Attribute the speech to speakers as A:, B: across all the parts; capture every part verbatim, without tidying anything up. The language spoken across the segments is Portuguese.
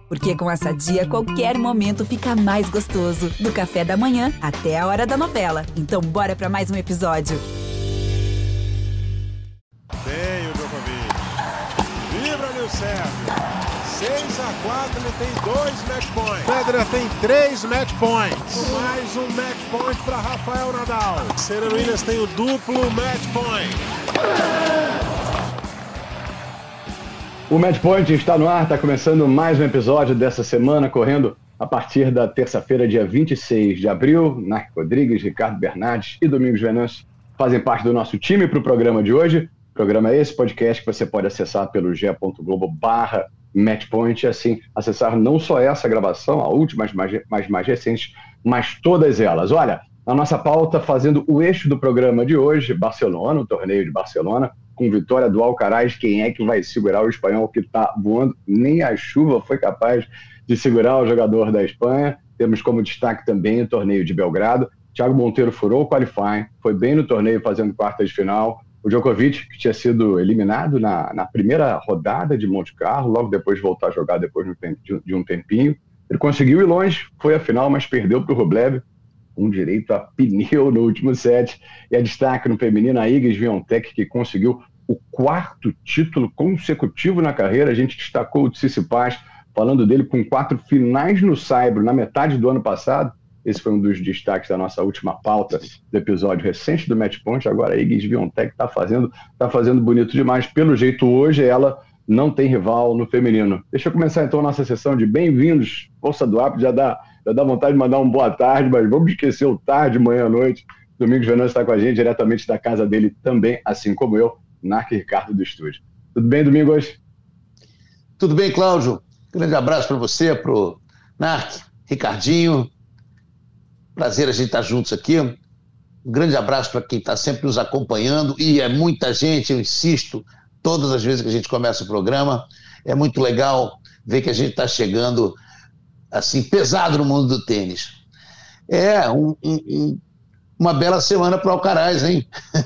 A: Porque com a Sadia, qualquer momento fica mais gostoso. Do café da manhã até a hora da novela. Então bora pra mais um episódio.
B: Tem o Djokovic. Vibra, Nil Sérgio. seis a quatro, ele tem dois match points. Federer tem três match points. Mais um match point para Rafael Nadal. Serena Williams tem o duplo match point.
C: O Match Point está no ar, está começando mais um episódio dessa semana, correndo a partir da terça-feira, dia vinte e seis de abril. Narc Rodrigues, Ricardo Bernardes e Domingos Venâncio fazem parte do nosso time para o programa de hoje. O programa é esse, podcast que você pode acessar pelo ge ponto globo barra Matchpoint e assim acessar não só essa gravação, a última, as mais, mais, mais recentes, mas todas elas. Olha, a nossa pauta fazendo o eixo do programa de hoje, Barcelona, o torneio de Barcelona, com vitória do Alcaraz. Quem é que vai segurar o espanhol que está voando? Nem a chuva foi capaz de segurar o jogador da Espanha. Temos como destaque também o torneio de Belgrado. Thiago Monteiro furou o qualifying, foi bem no torneio fazendo quartas de final. O Djokovic, que tinha sido eliminado na, na primeira rodada de Monte Carlo, logo depois de voltar a jogar depois de, de um tempinho. Ele conseguiu ir longe, foi a final, mas perdeu para o Rublev, com direito a pneu no último set. E a destaque no feminino, a Iga Swiatek, que conseguiu o quarto título consecutivo na carreira. A gente destacou o Tsitsipas, falando dele com quatro finais no Saibro na metade do ano passado. Esse foi um dos destaques da nossa última pauta do episódio recente do Match Point. Agora a Iga Swiatek está fazendo, tá fazendo bonito demais. Pelo jeito, hoje ela não tem rival no feminino. Deixa eu começar então a nossa sessão de bem-vindos. Força do App, já dá, já dá vontade de mandar um boa tarde, mas vamos esquecer o tarde, manhã, noite. Domingos Venâncio está com a gente, diretamente da casa dele também, assim como eu, Narc Ricardo do estúdio. Tudo bem, Domingos?
D: Tudo bem, Cláudio. Grande abraço para você, para o Narc, Ricardinho. Prazer a gente estar juntos aqui. Um grande abraço para quem está sempre nos acompanhando. E é muita gente, eu insisto, todas as vezes que a gente começa o programa. É muito legal ver que a gente está chegando assim, pesado no mundo do tênis. É um, um, uma bela semana para o Alcaraz, hein?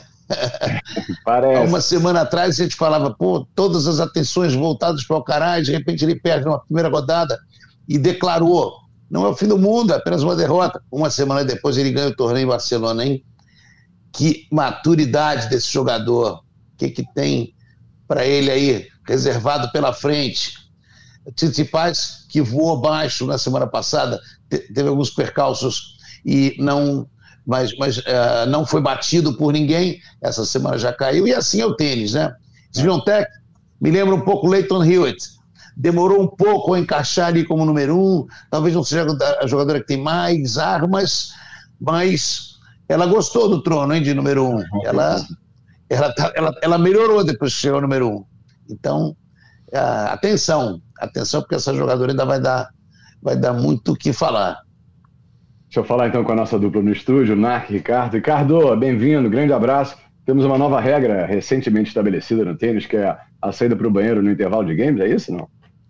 C: Parece.
D: Há uma semana atrás a gente falava, pô, todas as atenções voltadas para o Alcaraz, de repente ele perde uma primeira rodada e declarou, não é o fim do mundo, é apenas uma derrota. Uma semana depois ele ganha o torneio em Barcelona, hein? Que maturidade desse jogador, o que que tem para ele aí, reservado pela frente. O Tsitsipas, que voou baixo na semana passada, teve alguns percalços e não... mas, mas uh, não foi batido por ninguém, essa semana já caiu, e assim é o tênis, né? Swiatek me lembra um pouco Leighton Hewitt, demorou um pouco a encaixar ali como número um, talvez não seja a jogadora que tem mais armas, mas ela gostou do trono, hein, de número um, ela, ela, ela, ela melhorou depois que chegou ao número um, então, uh, atenção, atenção, porque essa jogadora ainda vai dar, vai dar muito o que falar.
C: Deixa eu falar então com a nossa dupla no estúdio, Narc, Ricardo. Ricardo, bem-vindo, grande abraço. Temos uma nova regra recentemente estabelecida no tênis, que é a, a saída para o banheiro no intervalo de games, é isso, não?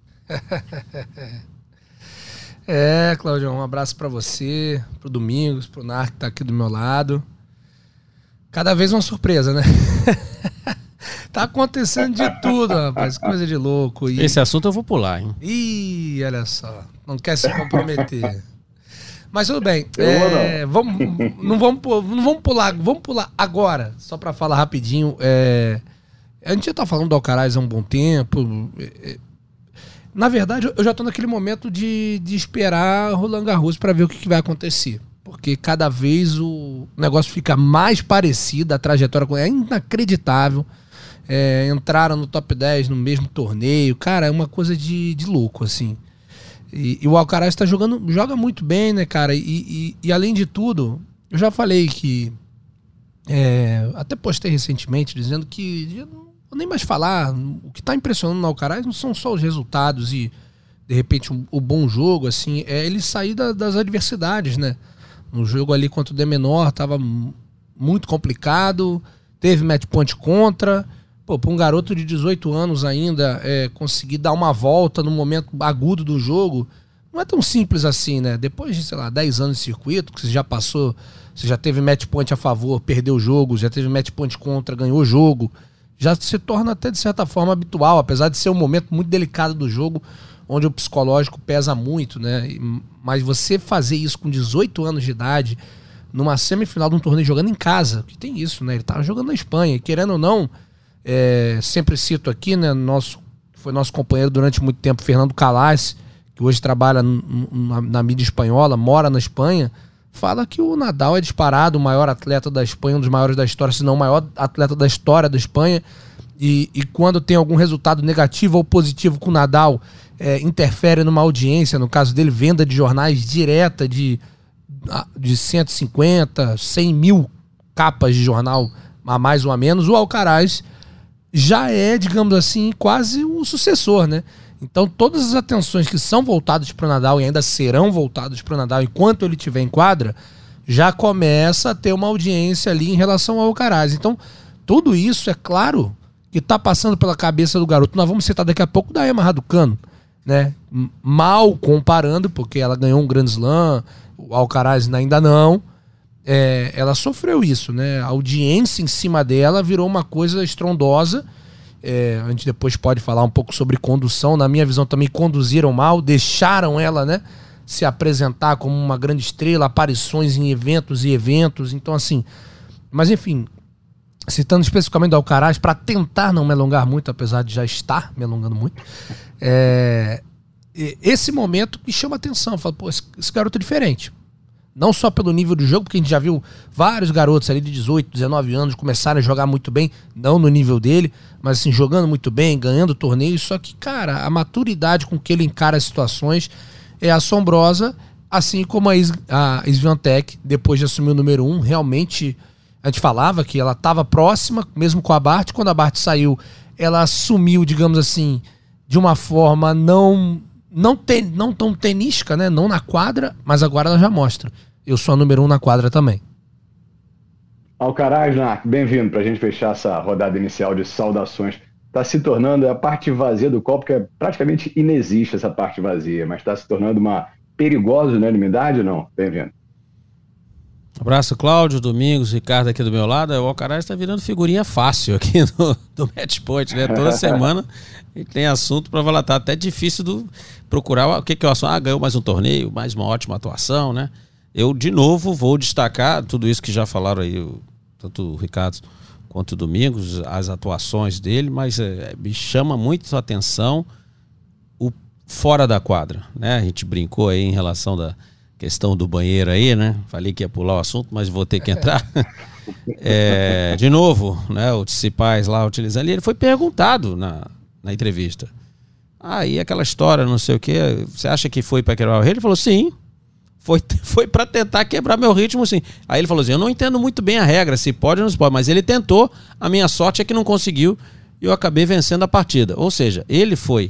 E: É, Cláudio, um abraço para você, pro Domingos, pro Narc que tá aqui do meu lado. Cada vez uma surpresa, né? Tá acontecendo de tudo, rapaz, coisa de louco. E...
F: esse assunto eu vou pular, hein?
E: Ih, olha só, não quer se comprometer. Mas tudo bem, é, vamos, não, vamos, não vamos pular, vamos pular agora, só para falar rapidinho. É, a gente já tá falando do Alcaraz há um bom tempo. É, na verdade, eu já tô naquele momento de, de esperar Roland Garros para ver o que, que vai acontecer. Porque cada vez o negócio fica mais parecido, a trajetória é inacreditável. É, entraram no top dez no mesmo torneio. Cara, é uma coisa de, de louco, assim. E, e o Alcaraz tá jogando, joga muito bem, né, cara? E, e, e além de tudo, eu já falei que... É, até postei recentemente dizendo que... Eu não vou nem mais falar. O que tá impressionando no Alcaraz não são só os resultados e, de repente, o um, um bom jogo, assim. É ele sair da, das adversidades, né? No jogo ali contra o de Menor tava muito complicado. Teve match point contra... Pô, para um garoto de dezoito anos ainda é, conseguir dar uma volta no momento agudo do jogo, não é tão simples assim, né? Depois de, sei lá, dez anos de circuito, que você já passou, você já teve match point a favor, perdeu o jogo, já teve match point contra, ganhou o jogo, já se torna até de certa forma habitual, apesar de ser um momento muito delicado do jogo, onde o psicológico pesa muito, né? Mas você fazer isso com dezoito anos de idade, numa semifinal de um torneio jogando em casa, que tem isso, né? Ele tava jogando na Espanha, querendo ou não, é, sempre cito aqui, né? Nosso, foi nosso companheiro durante muito tempo, Fernando Calas, que hoje trabalha na, na mídia espanhola, mora na Espanha, fala que o Nadal é disparado o maior atleta da Espanha, um dos maiores da história, se não o maior atleta da história da Espanha. E, e quando tem algum resultado negativo ou positivo com o Nadal, é, interfere numa audiência, no caso dele, venda de jornais direta de, de cento e cinquenta, cem mil capas de jornal, a mais ou a menos. O Alcaraz já é, digamos assim, quase um sucessor, né? Então todas as atenções que são voltadas para o Nadal e ainda serão voltadas para o Nadal enquanto ele estiver em quadra, já começa a ter uma audiência ali em relação ao Alcaraz. Então tudo isso, é claro, que está passando pela cabeça do garoto. Nós vamos citar daqui a pouco da Emma Raducanu, né? Mal comparando, porque ela ganhou um Grand Slam, o Alcaraz ainda não. É, ela sofreu isso, né? A audiência em cima dela virou uma coisa estrondosa. É, a gente depois pode falar um pouco sobre condução. Na minha visão também conduziram mal, deixaram ela, né, se apresentar como uma grande estrela, aparições em eventos e eventos. Então assim, mas enfim, citando especificamente do Alcaraz, para tentar não me alongar muito, apesar de já estar me alongando muito, é, esse momento me chama a atenção. Eu falo, pô, esse, esse garoto é diferente. Não só pelo nível do jogo, porque a gente já viu vários garotos ali de dezoito, dezenove anos começarem a jogar muito bem, não no nível dele, mas assim, jogando muito bem, ganhando torneios. Só que, cara, a maturidade com que ele encara as situações é assombrosa, assim como a, Is, a Swiatek, depois de assumir o número um, realmente, a gente falava que ela estava próxima, mesmo com a Barty. Quando a Barty saiu, ela assumiu, digamos assim, de uma forma não... Não, ten, não tão tenística, né? Não na quadra, mas agora ela já mostra. Eu sou a número um na quadra também.
C: Alcaraz, bem-vindo para a gente fechar essa rodada inicial de saudações. Está se tornando a parte vazia do copo, que é praticamente inexiste essa parte vazia, mas está se tornando uma perigosa unanimidade ou não? Bem-vindo.
F: Abraço, Cláudio, Domingos, Ricardo aqui do meu lado. O Alcaraz está virando figurinha fácil aqui no, do Match Point, né? Toda semana ele tem assunto para falar. Tá até difícil do, procurar o que que é o assunto. Ah, ganhou mais um torneio, mais uma ótima atuação, né? Eu, de novo, vou destacar tudo isso que já falaram aí, tanto o Ricardo quanto o Domingos, as atuações dele, mas é, me chama muito a atenção o fora da quadra, né? A gente brincou aí em relação da questão do banheiro aí, né? Falei que ia pular o assunto, mas vou ter que entrar. É, de novo, né? O Tsitsipas lá utilizando, ele foi perguntado na, na entrevista. Aí ah, aquela história, não sei o que, você acha que foi para quebrar o ritmo? Ele falou, sim, foi, foi para tentar quebrar meu ritmo, sim. Aí ele falou assim, eu não entendo muito bem a regra, se pode ou não se pode, mas ele tentou, a minha sorte é que não conseguiu e eu acabei vencendo a partida. Ou seja, ele foi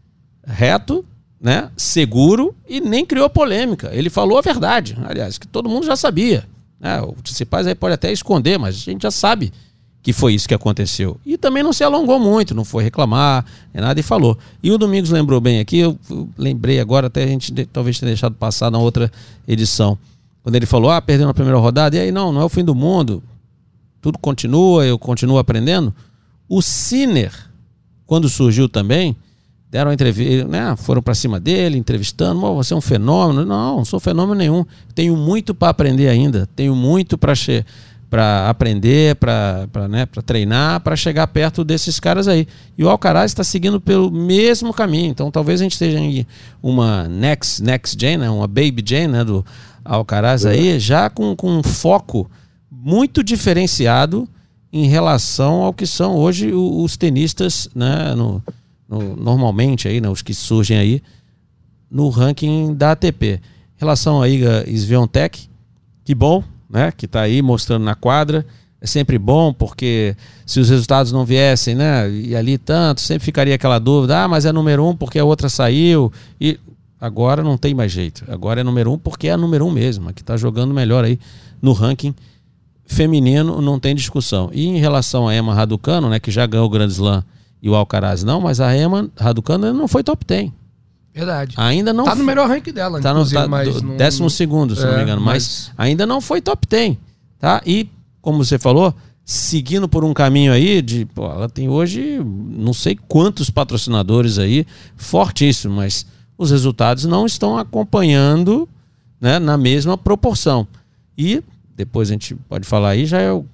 F: reto, né, seguro e nem criou polêmica. Ele falou a verdade, aliás, que todo mundo já sabia, né? O Tsitsipas aí pode até esconder, mas a gente já sabe que foi isso que aconteceu. E também não se alongou muito, não foi reclamar, nem nada, e falou. E o Domingos lembrou bem aqui, eu, eu lembrei agora, até a gente de, talvez tenha deixado passar na outra edição, quando ele falou, ah, perdeu na primeira rodada, e aí não, não é o fim do mundo, tudo continua, eu continuo aprendendo. O Sinner, quando surgiu também, deram entrevista, né? Foram para cima dele, entrevistando, oh, você é um fenômeno. Não, não sou fenômeno nenhum. Tenho muito para aprender ainda. Tenho muito para che- aprender, para né, treinar, para chegar perto desses caras aí. E o Alcaraz está seguindo pelo mesmo caminho. Então talvez a gente esteja em uma next, next gen, né? Uma baby gen, né, do Alcaraz aí, já com, com um foco muito diferenciado em relação ao que são hoje os, os tenistas, né, no No, normalmente aí, né, os que surgem aí no ranking da A T P. Em relação aí a Swiatek, que bom, né, que tá aí mostrando na quadra, é sempre bom, porque se os resultados não viessem, né, e ali tanto, sempre ficaria aquela dúvida, ah, mas é número um porque a outra saiu, e agora não tem mais jeito, agora é número um porque é a número um mesmo, a que tá jogando melhor aí no ranking feminino, não tem discussão. E em relação a Emma Raducanu, né, que já ganhou o Grand Slam, e o Alcaraz não, mas a Emma Raducanu não foi top dez.
E: Verdade.
F: Ainda não
E: tá no melhor ranking dela,
F: tá no tá,
E: mas
F: décimo
E: não...
F: segundo, se é, não me engano, mas... mas ainda não foi top dez, tá? E, como você falou, seguindo por um caminho aí de, pô, ela tem hoje não sei quantos patrocinadores aí, fortíssimos, mas os resultados não estão acompanhando, né, na mesma proporção. E depois a gente pode falar aí, já é o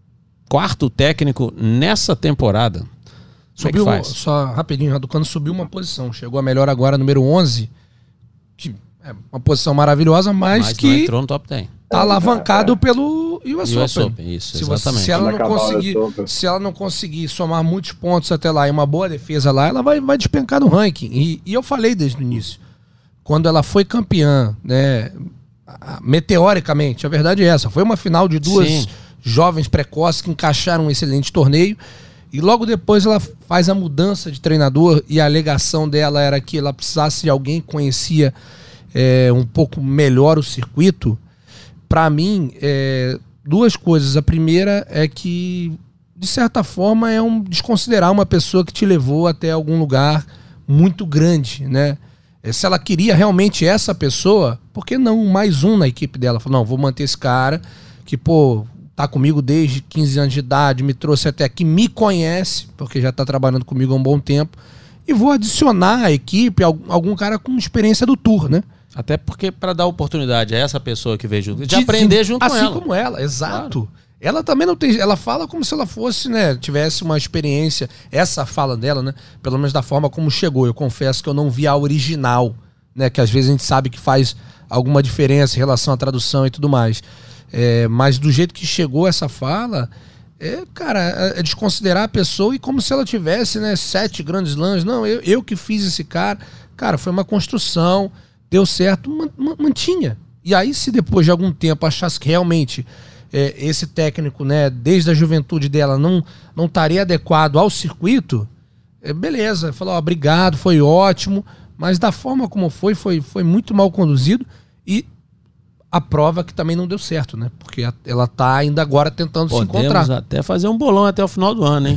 F: quarto técnico nessa temporada.
E: Subiu, é só rapidinho, Raducano subiu uma posição, chegou a melhor agora, número onze, que é uma posição maravilhosa, mas, mas que
F: não entrou no top dez.
E: Tá alavancado pelo U S, U S Open.
F: Open. Isso,
E: se,
F: exatamente.
E: Você, se, ela não conseguir, se ela não conseguir somar muitos pontos até lá e uma boa defesa lá, ela vai, vai despencar no ranking. E, e eu falei desde o início, quando ela foi campeã, né, meteoricamente, a verdade é essa, foi uma final de duas Sim. jovens precoces que encaixaram um excelente torneio, e logo depois ela faz a mudança de treinador, e a alegação dela era que ela precisasse de alguém que conhecia é, um pouco melhor o circuito. Para mim, é, duas coisas. A primeira é que, de certa forma, é um desconsiderar uma pessoa que te levou até algum lugar muito grande, né? Se ela queria realmente essa pessoa, por que não mais um na equipe dela? Falou, não, vou manter esse cara que, pô, tá comigo desde quinze anos de idade, me trouxe até aqui, me conhece, porque já tá trabalhando comigo há um bom tempo, e vou adicionar à equipe algum cara com experiência do Tour, né?
F: Até porque para dar oportunidade a essa pessoa que veio junto, de aprender junto
E: assim
F: com ela.
E: Assim como ela, exato. Claro. Ela também não tem... Ela fala como se ela fosse, né, tivesse uma experiência, essa fala dela, né, pelo menos da forma como chegou. Eu confesso que eu não vi a original, né, que às vezes a gente sabe que faz alguma diferença em relação à tradução e tudo mais. É, mas do jeito que chegou essa fala, é, cara, é desconsiderar a pessoa e como se ela tivesse, né, sete grandes lãs. Não, eu, eu que fiz esse cara. Cara, foi uma construção... Deu certo, mantinha. E aí, se depois de algum tempo achasse que realmente é, esse técnico, né, desde a juventude dela, não, não estaria adequado ao circuito, é, beleza. Falou, ó, obrigado, foi ótimo, mas da forma como foi, foi, foi muito mal conduzido, e a prova que também não deu certo, né? Porque ela tá ainda agora tentando
F: Podemos
E: se encontrar.
F: até fazer um bolão até o final do ano, hein?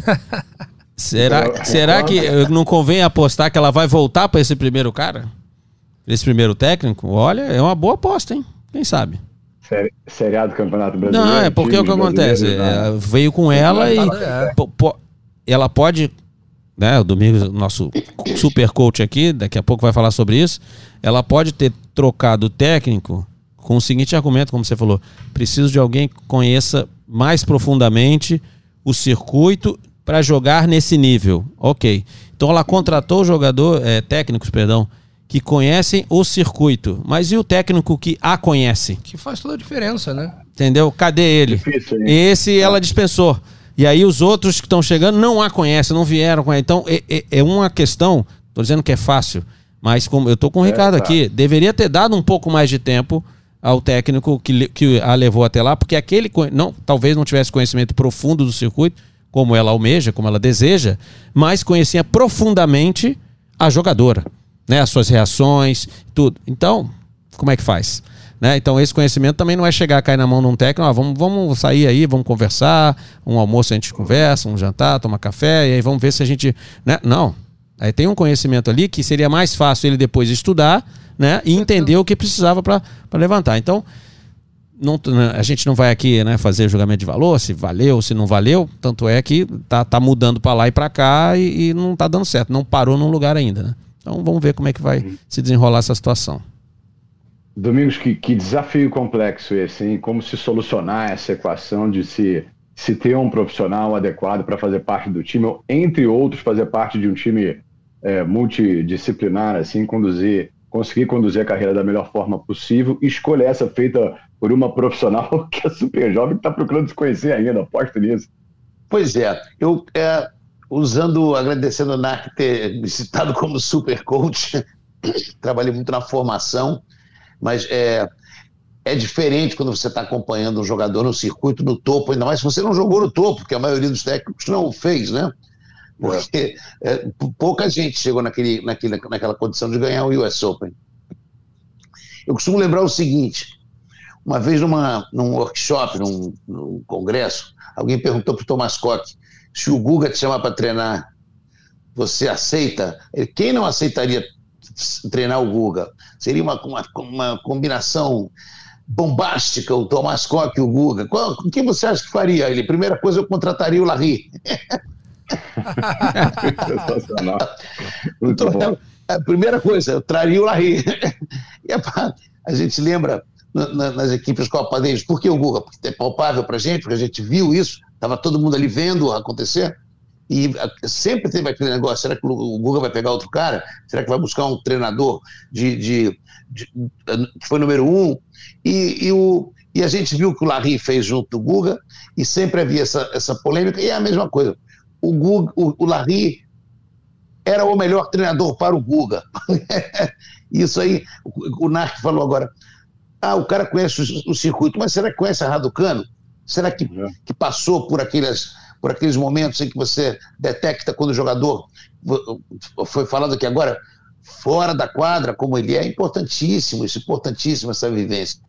F: será, será que não convém apostar que ela vai voltar para esse primeiro cara? Esse primeiro técnico, olha, é uma boa aposta, hein? Quem sabe?
C: Seriado do Campeonato Brasileiro.
F: Não, é porque o que acontece? É, veio com ela e
E: é.
F: po, po, ela pode, né? O Domingos, nosso super coach aqui, daqui a pouco vai falar sobre isso. Ela pode ter trocado o técnico com o seguinte argumento, como você falou: preciso de alguém que conheça mais profundamente o circuito para jogar nesse nível. Ok. Então ela contratou o jogador, é, técnicos, perdão, que conhecem o circuito. Mas e o técnico que a conhece?
E: Que faz toda a diferença, né?
F: Entendeu? Cadê ele? Difícil, Esse ela dispensou. E aí os outros que estão chegando não a conhecem, não vieram com ela. Então é, é, é uma questão, tô dizendo que é fácil, mas como eu tô com o Ricardo é, tá. aqui, deveria ter dado um pouco mais de tempo ao técnico que, que a levou até lá, porque aquele, não, talvez não tivesse conhecimento profundo do circuito, como ela almeja, como ela deseja, mas conhecia profundamente a jogadora, né, as suas reações, tudo. Então, como é que faz? Né? Então, esse conhecimento também não é chegar a cair na mão de um técnico, ó, vamos, vamos sair aí, vamos conversar, um almoço a gente conversa, um jantar, toma café, e aí vamos ver se a gente... Né? Não. Aí tem um conhecimento ali que seria mais fácil ele depois estudar, né, e entender o que precisava para levantar. Então, não, a gente não vai aqui, né, fazer julgamento de valor, se valeu, se não valeu, tanto é que tá, tá mudando para lá e para cá e, e não tá dando certo, não parou num lugar ainda, né? Então vamos ver como é que vai uhum. se desenrolar essa situação.
C: Domingos, que, que desafio complexo esse, hein? Como se solucionar essa equação de se, se ter um profissional adequado para fazer parte do time, ou, entre outros, fazer parte de um time é, multidisciplinar, assim, conduzir, conseguir conduzir a carreira da melhor forma possível, e escolher essa feita por uma profissional que é super jovem, que está procurando se conhecer ainda, aposto nisso.
D: Pois é, eu... É... Usando, agradecendo a Narc ter me citado como super coach, trabalhei muito na formação, mas é, é diferente quando você está acompanhando um jogador no circuito, no topo, ainda mais se você não jogou no topo, porque a maioria dos técnicos não o fez, né? Porque é, pouca gente chegou naquele, naquele, naquela condição de ganhar o U S Open. Eu costumo lembrar o seguinte: uma vez numa, num workshop, num, num congresso, alguém perguntou para o Thomas Koch: se o Guga te chamar para treinar, você aceita? Quem não aceitaria treinar o Guga? Seria uma, uma, uma combinação bombástica, o Tomás Koch e o Guga. Qual, o que você acha que faria? Ele, primeira coisa, eu contrataria o Larry.
C: Sensacional. Muito bom.
D: A primeira coisa, eu traria o Larry. E a, a gente lembra na, na, nas equipes Copa Davis, por que o Guga? Porque é palpável pra gente, porque a gente viu isso, estava todo mundo ali vendo acontecer. E sempre teve aquele negócio, será que o Guga vai pegar outro cara? Será que vai buscar um treinador de, de, de, que foi número um? E, e, o, e a gente viu que o Larry fez junto do Guga, e sempre havia essa, essa polêmica, e é a mesma coisa. O, Guga, o, o Larry era o melhor treinador para o Guga. Isso aí, o, o Narc falou agora, ah, o cara conhece o, o circuito, mas será que conhece a Raducanu? Será que, que passou por aqueles... por aqueles momentos em que você detecta quando o jogador, foi falado aqui agora, fora da quadra, como ele é, é importantíssimo, isso, importantíssimo essa vivência.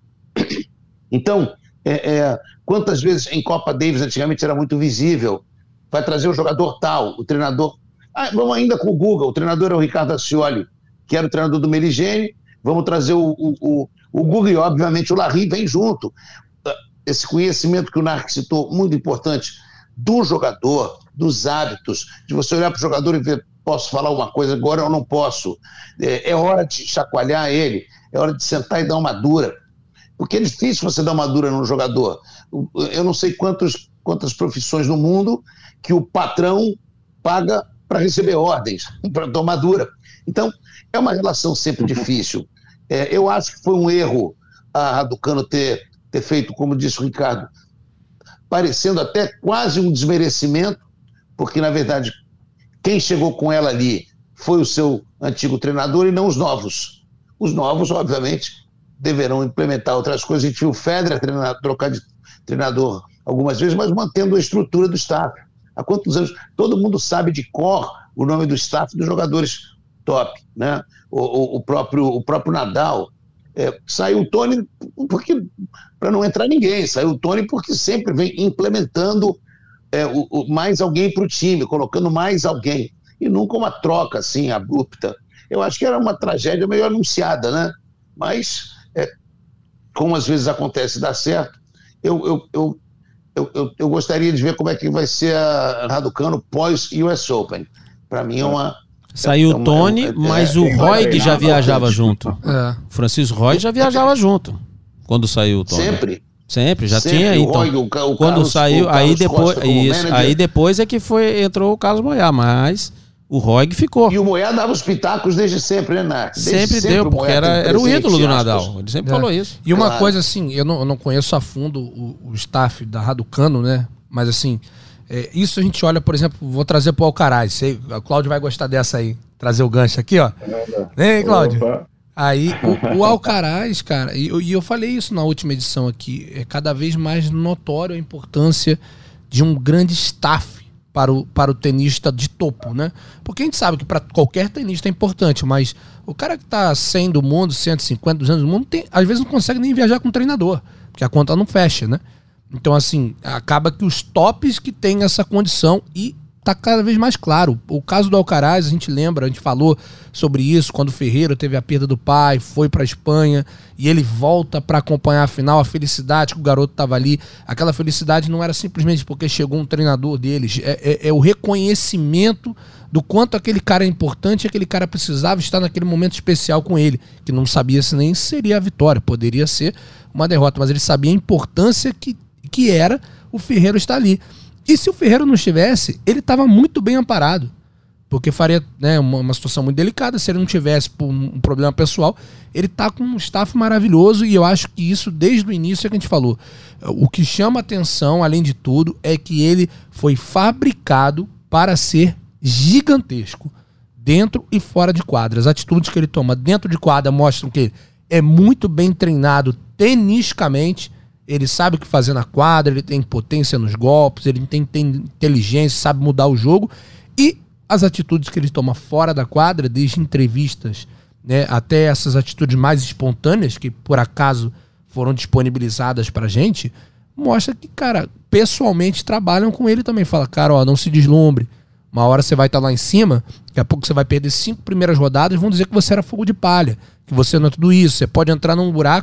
D: Então, é, é, quantas vezes em Copa Davis antigamente era muito visível, vai trazer o jogador tal, o treinador, ah, vamos ainda com o Guga, o treinador é o Ricardo Ascioli, que era o treinador do Meligeni, vamos trazer o, o, o, o Guga e obviamente o Larry vem junto. Esse conhecimento que o Narc citou, muito importante, do jogador, dos hábitos, de você olhar para o jogador e ver, posso falar uma coisa agora ou não posso, é, é hora de chacoalhar ele, é hora de sentar e dar uma dura, porque é difícil você dar uma dura num jogador. Eu não sei quantos, quantas profissões no mundo que o patrão paga para receber ordens, para tomar dura. Então, é uma relação sempre difícil. É, eu acho que foi um erro a Raducanu ter, ter feito, como disse o Ricardo, parecendo até quase um desmerecimento, porque, na verdade, quem chegou com ela ali foi o seu antigo treinador e não os novos. Os novos, obviamente, deverão implementar outras coisas. A gente viu o Federer treinar, trocar de treinador algumas vezes, mas mantendo a estrutura do staff. Há quantos anos? Todo mundo sabe de cor o nome do staff dos jogadores top, né? O, o, o, próprio, o próprio Nadal. É, saiu o Tony porque para não entrar ninguém, saiu o Tony porque sempre vem implementando é, o, o, mais alguém para o time, colocando mais alguém, e nunca uma troca assim abrupta. Eu acho que era uma tragédia meio anunciada, né? Mas é, como às vezes acontece, dá certo. Eu, eu, eu, eu, eu, eu gostaria de ver como é que vai ser a Raducanu pós-U S Open. Para mim é uma...
F: Saiu o Tony, é, é, mas é, o Roig já viajava junto.
E: É.
F: O Francisco Roig já viajava junto quando saiu o Tony.
D: Sempre?
F: Sempre, já
D: Sempre.
F: tinha.
D: O
F: Então,
D: Roig, o, o
F: quando
D: Carlos,
F: saiu,
D: o
F: aí depois, isso,
D: manager.
F: aí depois é que foi, entrou o Carlos Moyá, mas o Roig ficou.
D: E o Moyá dava os pitacos desde sempre, né, Nath?
F: Sempre, sempre deu, porque era, era o ídolo do Nadal. Ele sempre é. falou isso.
E: E uma
D: Claro.
E: coisa assim, eu não, eu não conheço a fundo o, o staff da Raducanu, né? Mas assim, é, isso a gente olha, por exemplo, vou trazer pro Alcaraz. Sei, o Cláudio vai gostar dessa aí. Trazer o gancho aqui, ó. Vem, Cláudio. Opa. Aí, o, o Alcaraz, cara, e eu, e eu falei isso na última edição aqui, é cada vez mais notório a importância de um grande staff para o, para o tenista de topo, né? Porque a gente sabe que para qualquer tenista é importante, mas o cara que tá cem do mundo, cento e cinquenta, duzentos do mundo, tem, às vezes não consegue nem viajar com um treinador, porque a conta não fecha, né? Então, assim, acaba que os tops que têm essa condição e tá cada vez mais claro. O caso do Alcaraz, a gente lembra, a gente falou sobre isso quando o Ferreira teve a perda do pai, foi pra Espanha e ele volta para acompanhar a final, a felicidade que o garoto tava ali. Aquela felicidade não era simplesmente porque chegou um treinador deles, é, é, é o reconhecimento do quanto aquele cara é importante e aquele cara precisava estar naquele momento especial com ele, que não sabia se nem seria a vitória, poderia ser uma derrota, mas ele sabia a importância que, que era o Ferreira estar ali. E se o Ferreira não estivesse, ele estava muito bem amparado. Porque faria, né, uma, uma situação muito delicada se ele não tivesse por um, um problema pessoal. Ele está com um staff maravilhoso e eu acho que isso, desde o início, é que a gente falou. O que chama atenção, além de tudo, é que ele foi fabricado para ser gigantesco, dentro e fora de quadra. As atitudes que ele toma dentro de quadra mostram que ele é muito bem treinado tenisticamente. Ele sabe o que fazer na quadra, ele tem potência nos golpes, ele tem, tem inteligência, sabe mudar o jogo. E as atitudes que ele toma fora da quadra, desde entrevistas, né, até essas atitudes mais espontâneas, que por acaso foram disponibilizadas pra gente, mostra que, cara, pessoalmente trabalham com ele também. Fala, cara, ó, não se deslumbre. Uma hora você vai estar lá em cima, daqui a pouco você vai perder cinco primeiras rodadas, vão dizer que você era fogo de palha, que você não é tudo isso. Você pode entrar num buraco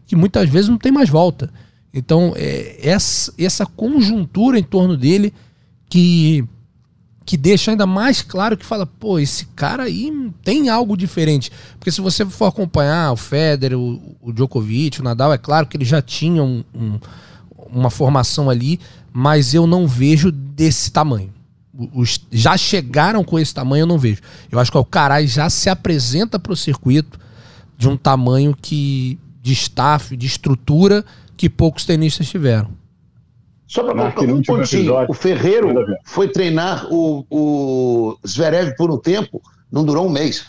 E: que muitas vezes não tem mais volta. Então, é, essa, essa conjuntura em torno dele que, que deixa ainda mais claro que fala, pô, esse cara aí tem algo diferente. Porque se você for acompanhar o Federer, o, o Djokovic, o Nadal, é claro que eles já tinham um, um, uma formação ali, mas eu não vejo desse tamanho. Os, já chegaram com esse tamanho, eu não vejo. Eu acho que o Alcaraz já se apresenta para o circuito de um tamanho que, de staff, de estrutura, que poucos tenistas tiveram.
D: Só para colocar um pontinho, o Ferreiro foi treinar o, o Zverev por um tempo, não durou um mês.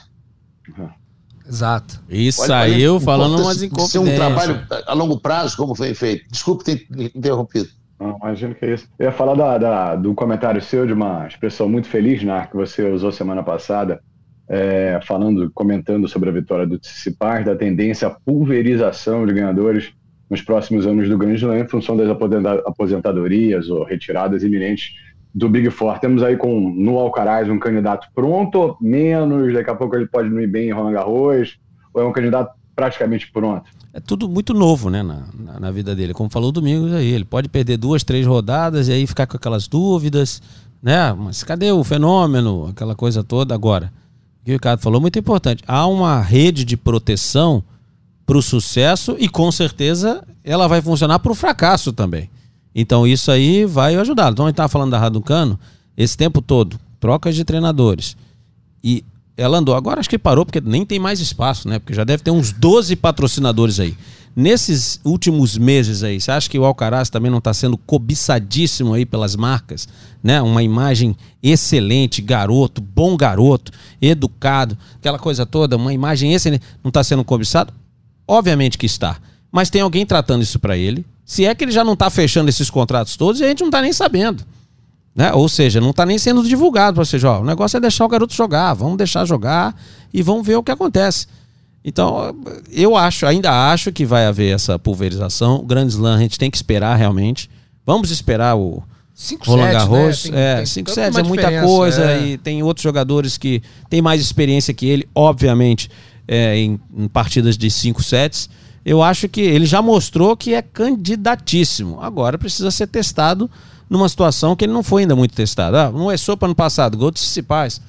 E: Exato.
F: E saiu falando umas inconfidências.
D: Ser um trabalho a longo prazo, como foi feito. Desculpe ter interrompido.
C: Não, imagino que é isso. Eu ia falar da, da, do comentário seu, de uma expressão muito feliz, né, que você usou semana passada, é, falando, comentando sobre a vitória do Tsitsipas, da tendência à pulverização de ganhadores nos próximos anos do Grand Slam, em função das aposentadorias ou retiradas iminentes do Big Four. Temos aí com, no Alcaraz um candidato pronto, menos, daqui a pouco ele pode não ir bem em Roland Garros, ou é um candidato praticamente pronto?
F: É tudo muito novo, né, na, na, na vida dele. Como falou o Domingos aí, ele pode perder duas, três rodadas e aí ficar com aquelas dúvidas, né? Mas cadê o fenômeno? Aquela coisa toda. Agora, o que o Ricardo falou, muito importante. Há uma rede de proteção para o sucesso e com certeza ela vai funcionar para o fracasso também. Então isso aí vai ajudar. Então a gente estava falando da Raducanu esse tempo todo, trocas de treinadores. E ela andou, agora acho que parou porque nem tem mais espaço, né? Porque já deve ter uns doze patrocinadores aí. Nesses últimos meses aí, você acha que o Alcaraz também não está sendo cobiçadíssimo aí pelas marcas, né? Uma imagem excelente, garoto, bom garoto, educado, aquela coisa toda, uma imagem excelente, não está sendo cobiçado? Obviamente que está. Mas tem alguém tratando isso para ele. Se é que ele já não está fechando esses contratos todos e a gente não está nem sabendo. Né? Ou seja, não está nem sendo divulgado. Ou seja, ó, o negócio é deixar o garoto jogar. Vamos deixar jogar e vamos ver o que acontece. Então, eu acho, ainda acho que vai haver essa pulverização. O Grand Slam a gente tem que esperar realmente. Vamos esperar o Roland Garros.
E: Né?
F: cinco sets é muita coisa. É. E tem outros jogadores que têm mais experiência que ele, obviamente, é, em, em partidas de cinco sets. Eu acho que ele já mostrou que é candidatíssimo. Agora precisa ser testado numa situação que ele não foi ainda muito testado. Ah, no U S Open ano passado, gol de Tsitsipas.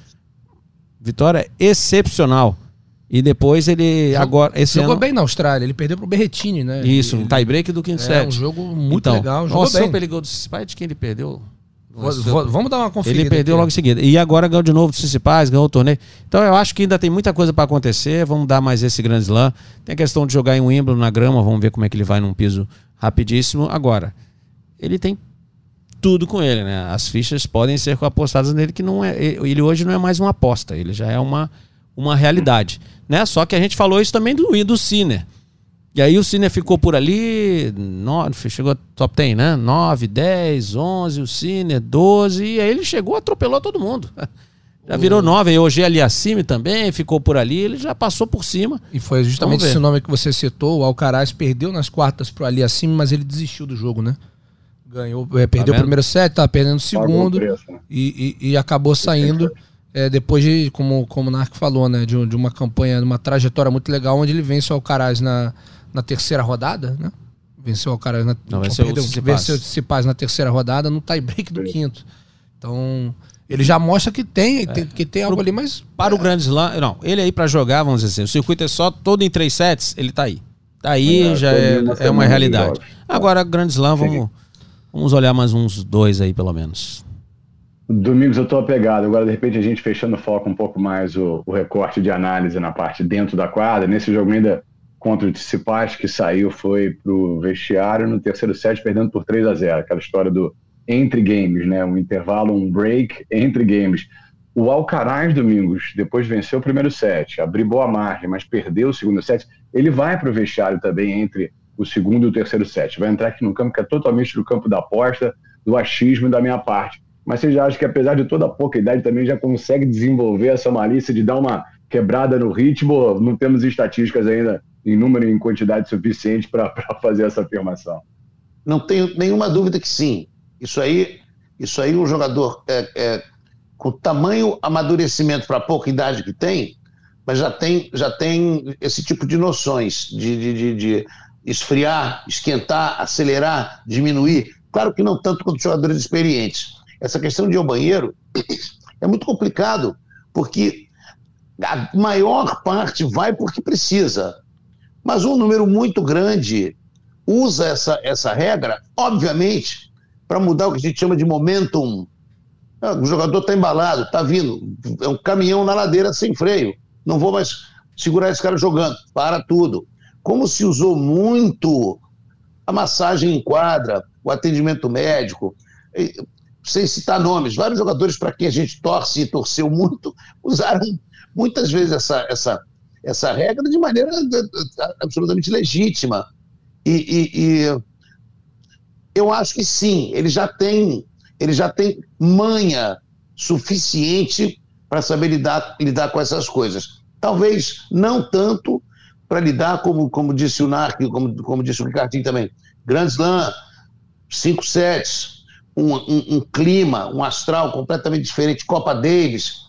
F: Vitória excepcional. E depois ele
E: Jogou,
F: agora esse
E: jogou
F: ano...
E: bem na Austrália, ele perdeu pro Berrettini, né?
F: Isso,
E: ele,
F: um tie-break do quinto set.
E: É um jogo muito
F: então,
E: legal, jogou
F: nossa,
E: bem.
F: Ele gol do Tsitsipas, de quem ele perdeu?
E: Vou, vou, vamos dar uma conferida.
F: Ele perdeu
E: aqui,
F: logo em seguida. E agora ganhou de novo do Tsitsipas, ganhou o torneio. Então eu acho que ainda tem muita coisa para acontecer. Vamos dar mais esse Grand Slam. Tem a questão de jogar em Wimbledon na grama. Vamos ver como é que ele vai num piso rapidíssimo. Agora, ele tem tudo com ele, né? As fichas podem ser apostadas nele, que não é. Ele hoje não é mais uma aposta, ele já é uma, uma realidade. Né? Só que a gente falou isso também do, do Sinner. E aí o Sinner ficou por ali, nove, chegou top dez, né? nove, dez, onze, o Sinner, doze, e aí ele chegou, atropelou todo mundo. Já virou nove, e hoje ali acima também, ficou por ali, ele já passou por cima.
E: E foi justamente esse nome que você citou, o Alcaraz perdeu nas quartas pro Ali Assimi, mas ele desistiu do jogo, né? Ganhou, é, perdeu tá o primeiro set, tá perdendo o segundo, o preço, né? e, e, e acabou saindo é, depois de, como, como o Narco falou, né? De, de uma campanha, de uma trajetória muito legal, onde ele vence o Alcaraz na... na terceira rodada, né? Venceu o Alcaraz na
F: não, venceu
E: perdeu,
F: o
E: venceu o Tsitsipas na terceira rodada, no tie-break do quinto. Então, ele já mostra que tem, é. tem que tem algo Pro, ali, mas
F: para
E: é.
F: o Grand Slam, não, ele aí para jogar, vamos dizer assim, o circuito é só todo em três sets, ele tá aí. Tá aí, é, já é, é uma realidade. Agora, Grand Slam, vamos, vamos olhar mais uns dois aí, pelo menos.
C: Domingos, eu tô apegado. Agora, de repente, a gente fechando o foco um pouco mais o, o recorte de análise na parte dentro da quadra. Nesse jogo ainda contra o Tsitsipas, que saiu, foi pro vestiário no terceiro set, perdendo por três a zero. Aquela história do entre games, né? Um intervalo, um break entre games. O Alcaraz, Domingos, depois venceu o primeiro set, abriu boa margem, mas perdeu o segundo set. Ele vai pro vestiário também entre o segundo e o terceiro set. Vai entrar aqui no campo que é totalmente do campo da aposta, do achismo e da minha parte. Mas você já acha que, apesar de toda a pouca idade, também já consegue desenvolver essa malícia de dar uma quebrada no ritmo? Não temos estatísticas ainda em número e em quantidade suficiente para fazer essa afirmação?
D: Não tenho nenhuma dúvida que sim. Isso aí, isso aí um jogador é, é, com tamanho amadurecimento para a pouca idade que tem, mas já tem, já tem esse tipo de noções de, de, de, de esfriar, esquentar, acelerar, diminuir. Claro que não tanto quanto jogadores experientes. Essa questão de ir ao banheiro é muito complicado, porque a maior parte vai porque precisa. Mas um número muito grande usa essa, essa regra, obviamente, para mudar o que a gente chama de momentum. O jogador está embalado, está vindo, é um caminhão na ladeira sem freio. Não vou mais segurar esse cara jogando, para tudo. Como se usou muito a massagem em quadra, o atendimento médico, sem citar nomes, vários jogadores para quem a gente torce e torceu muito, usaram muitas vezes essa, essa, essa regra de maneira absolutamente legítima. E, e, e eu acho que sim, ele já tem, ele já tem manha suficiente para saber lidar, lidar com essas coisas. Talvez não tanto para lidar, como, como disse o Narc, como, como disse o Ricardinho também, Grand Slam, cinco sets, um, um, um clima, um astral completamente diferente, Copa Davis,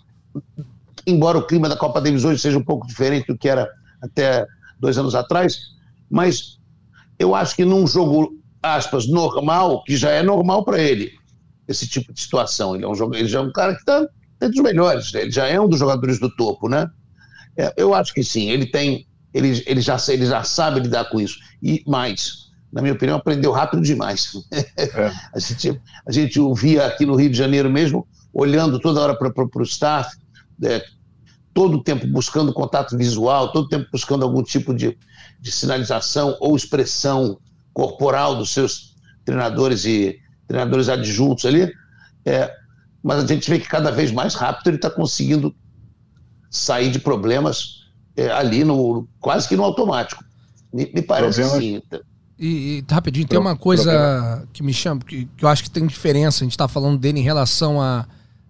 D: embora o clima da Copa Davis hoje seja um pouco diferente do que era até dois anos atrás, mas eu acho que num jogo, aspas, normal, que já é normal para ele, esse tipo de situação, ele, é um jogo, ele já é um cara que está entre os melhores, ele já é um dos jogadores do topo, né? É, eu acho que sim, ele tem, ele, ele, já, ele já sabe lidar com isso, e mais, na minha opinião, aprendeu rápido demais. É. a, gente, a gente o via aqui no Rio de Janeiro mesmo, olhando toda hora para o staff, é, todo o tempo buscando contato visual, todo o tempo buscando algum tipo de, de sinalização ou expressão corporal dos seus treinadores e treinadores adjuntos ali, é, mas a gente vê que cada vez mais rápido ele está conseguindo sair de problemas é, ali, no, quase que no automático. Me, me parece
C: Problemas...
D: que sim.
E: E, e rapidinho, tem uma coisa Problema. que me chama, que, que eu acho que tem diferença, a gente está falando dele em relação a,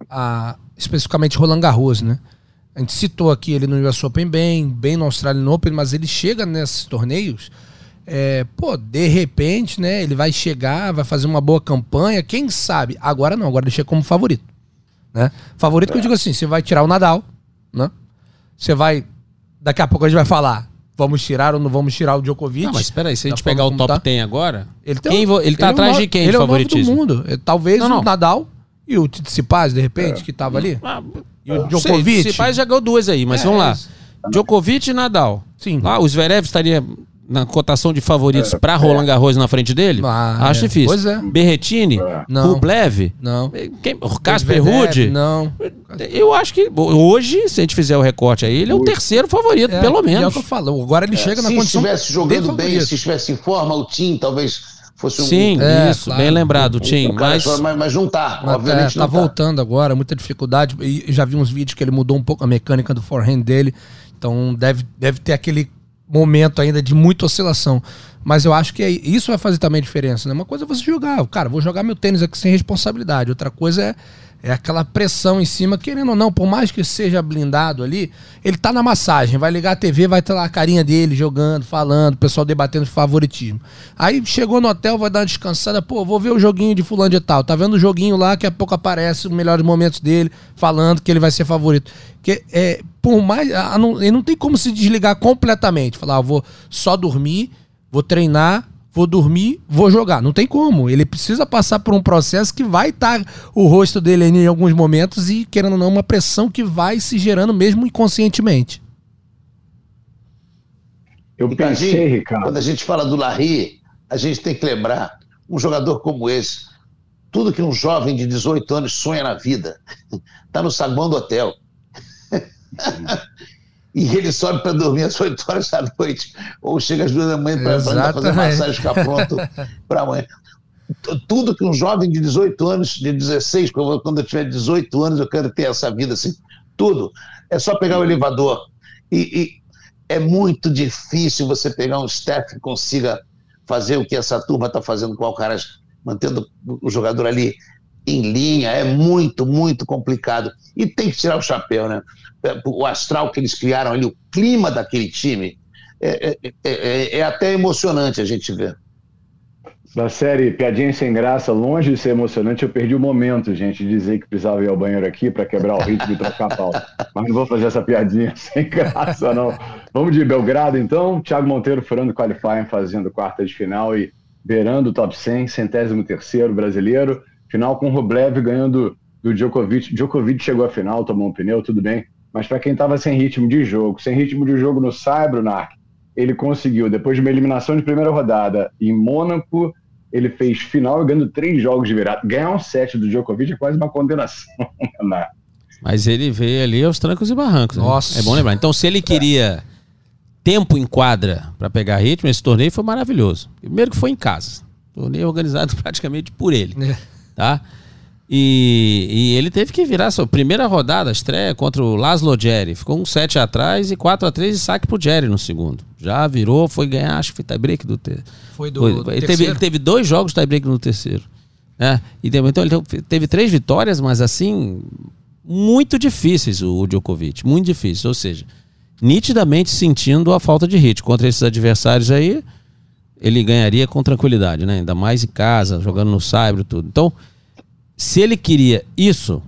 E: a especificamente Roland Garros, né? A gente citou aqui ele no U S Open bem, bem no Australian Open, mas ele chega nesses torneios, é, pô, de repente, né, ele vai chegar, vai fazer uma boa campanha, quem sabe? Agora não, agora ele chega como favorito, né? Favorito é. que eu digo assim, você vai tirar o Nadal, né? Você vai, daqui a pouco a gente vai falar, vamos tirar ou não vamos tirar o Djokovic. Não,
F: mas espera aí, se a gente pegar o top tá. dez agora,
E: ele, tem
F: quem,
E: um,
F: ele tá ele atrás é de quem
E: ele
F: de favoritismo?
E: Ele é o novo do mundo, talvez não, não. o Nadal e o Tsitsipas, de repente,
F: é.
E: que tava ali.
F: Ah,
E: e o Djokovic.
F: O Tsitsipas já ganhou duas aí, mas é, vamos lá. É. Djokovic e Nadal.
E: Sim.
F: Lá, o Zverev estaria na cotação de favoritos é. para Roland Garros na frente dele?
E: Ah,
F: Acho
E: é.
F: difícil.
E: Pois é.
F: Berrettini?
E: Não.
F: Rublev?
E: Não.
F: Quem, o Casper Ruud?
E: Não.
F: Eu acho que hoje, se a gente fizer o recorte aí, ele é o terceiro favorito,
E: é,
F: pelo menos.
E: É o que eu falo. Agora ele é. chega na
D: se
E: condição.
D: Se estivesse jogando bem, se estivesse em forma, o Tim talvez fosse um.
F: Sim,
E: é,
F: isso,
E: claro.
F: bem lembrado, Tim. Mas...
D: mas, mas não tá,
E: mas
D: obviamente
E: é,
D: não
E: tá.
D: tá.
E: voltando agora, muita dificuldade. E já vi uns vídeos que ele mudou um pouco a mecânica do forehand dele. Então deve, deve ter aquele momento ainda de muita oscilação. Mas eu acho que é, isso vai fazer também diferença, né? Uma coisa é você jogar, cara, vou jogar meu tênis aqui sem responsabilidade. Outra coisa é, é aquela pressão em cima, querendo ou não, por mais que seja blindado ali, ele tá na massagem, vai ligar a T V, vai estar lá a carinha dele jogando, falando, o pessoal debatendo favoritismo. Aí chegou no hotel, vai dar uma descansada, pô, vou ver o joguinho de fulano de tal, tá vendo o joguinho lá, que a pouco aparece os melhores momentos dele, falando que ele vai ser favorito. Que é, por mais, a, não, ele não tem como se desligar completamente, falar, ah, vou só dormir, vou treinar, vou dormir, vou jogar. Não tem como. Ele precisa passar por um processo que vai estar o rosto dele em alguns momentos e, querendo ou não, uma pressão que vai se gerando mesmo inconscientemente.
C: Eu pensei, Ricardo...
D: Quando a gente fala do Larry, a gente tem que lembrar, um jogador como esse, tudo que um jovem de dezoito anos sonha na vida, tá no saguão do hotel. E ele sobe para dormir às oito horas da noite, ou chega às duas da manhã para fazer massagem, ficar pronto para amanhã. Tudo que um jovem de dezoito anos, de dezesseis, quando eu tiver dezoito anos, eu quero ter essa vida assim, tudo. É só pegar o elevador. E, e é muito difícil você pegar um staff que consiga fazer o que essa turma está fazendo com o Alcaraz, mantendo o jogador ali em linha. É muito, muito complicado. E tem que tirar o chapéu, né? O astral que eles criaram ali, o clima daquele time, é, é, é, é até emocionante a gente ver.
C: Da série Piadinha Sem Graça, longe de ser emocionante, eu perdi o momento, gente, de dizer que precisava ir ao banheiro aqui para quebrar o ritmo e trocar a pauta. Mas não vou fazer essa piadinha sem graça, não. Vamos de Belgrado, então. Thiago Monteiro furando o qualifying, fazendo quarta de final e beirando o top cem, centésimo terceiro brasileiro. Final com o Rublev ganhando do Djokovic. Djokovic chegou à final, tomou um pneu, tudo bem. Mas para quem estava sem ritmo de jogo, sem ritmo de jogo no Saibro, Narc, ele conseguiu, depois de uma eliminação de primeira rodada em Mônaco, ele fez final e ganhando três jogos de virada. Ganhar um set do Djokovic é quase uma condenação.
F: Mas ele veio ali aos trancos e barrancos.
E: Nossa.
F: Né? É bom lembrar. Então, se ele queria tempo em quadra para pegar ritmo, esse torneio foi maravilhoso. Primeiro que foi em casa. Torneio organizado praticamente por ele.
E: É.
F: Tá? E, e ele teve que virar sua primeira rodada, estreia contra o Laszlo Djere. Ficou um sete atrás e quatro a três e saque pro Djere no segundo. Já virou, foi ganhar, acho que foi tie-break do terceiro.
E: Foi do,
F: foi,
E: do
F: ele, teve, ele teve dois jogos tie-break no terceiro. Né? E, então ele teve, teve três vitórias, mas assim, muito difíceis o, o Djokovic. Muito difíceis, ou seja, nitidamente sentindo a falta de ritmo. Contra esses adversários aí, ele ganharia com tranquilidade, né? Ainda mais em casa, jogando no Saibro e tudo. Então, se ele queria isso,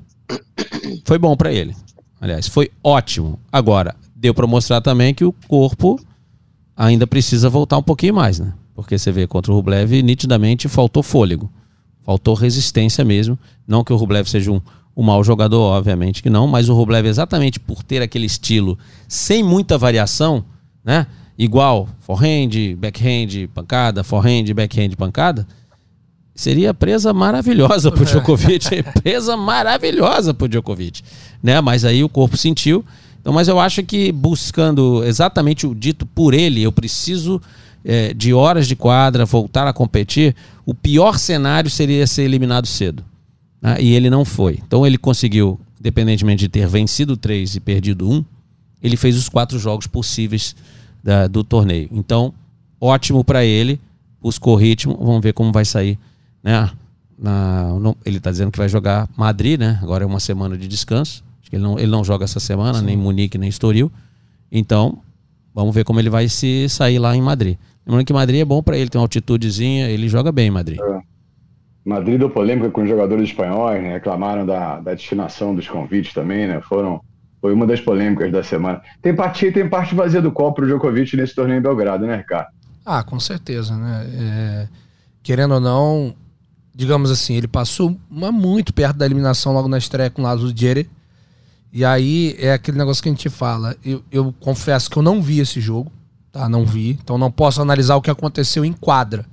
F: foi bom pra ele. Aliás, foi ótimo. Agora, deu pra mostrar também que o corpo ainda precisa voltar um pouquinho mais, né? Porque você vê, contra o Rublev, nitidamente faltou fôlego. Faltou resistência mesmo. Não que o Rublev seja um, um mau jogador, obviamente que não, mas o Rublev, exatamente por ter aquele estilo sem muita variação, né? Igual forehand, backhand, pancada, forehand, backhand, pancada, seria presa maravilhosa pro Djokovic. Presa maravilhosa pro Djokovic. Né? Mas aí o corpo sentiu. Então, mas eu acho que buscando exatamente o dito por ele, eu preciso é, de horas de quadra, voltar a competir, o pior cenário seria ser eliminado cedo. Né? E ele não foi. Então ele conseguiu, independentemente de ter vencido três e perdido um, ele fez os quatro jogos possíveis da, do torneio. Então, ótimo para ele, buscou ritmo, vamos ver como vai sair. Né? Na, não, ele está dizendo que vai jogar Madrid, né? Agora é uma semana de descanso. Acho que ele não, ele não joga essa semana, sim, nem Munique, nem Estoril. Então, vamos ver como ele vai se sair lá em Madrid. Lembrando que Madrid é bom para ele, tem uma altitudezinha, ele joga bem em Madrid.
C: É. Madrid deu polêmica com os jogadores espanhóis, né? Reclamaram da, da destinação dos convites também, né? Foram, foi uma das polêmicas da semana. Tem parte, tem parte vazia do copo pro Djokovic nesse torneio em Belgrado, né, Ricardo?
E: Ah, com certeza, né? É, querendo ou não, digamos assim, ele passou uma, muito perto da eliminação logo na estreia com o Laszlo Djere. E aí é aquele negócio que a gente fala. Eu, eu confesso que eu não vi esse jogo, tá? Não vi. Então não posso analisar o que aconteceu em quadra.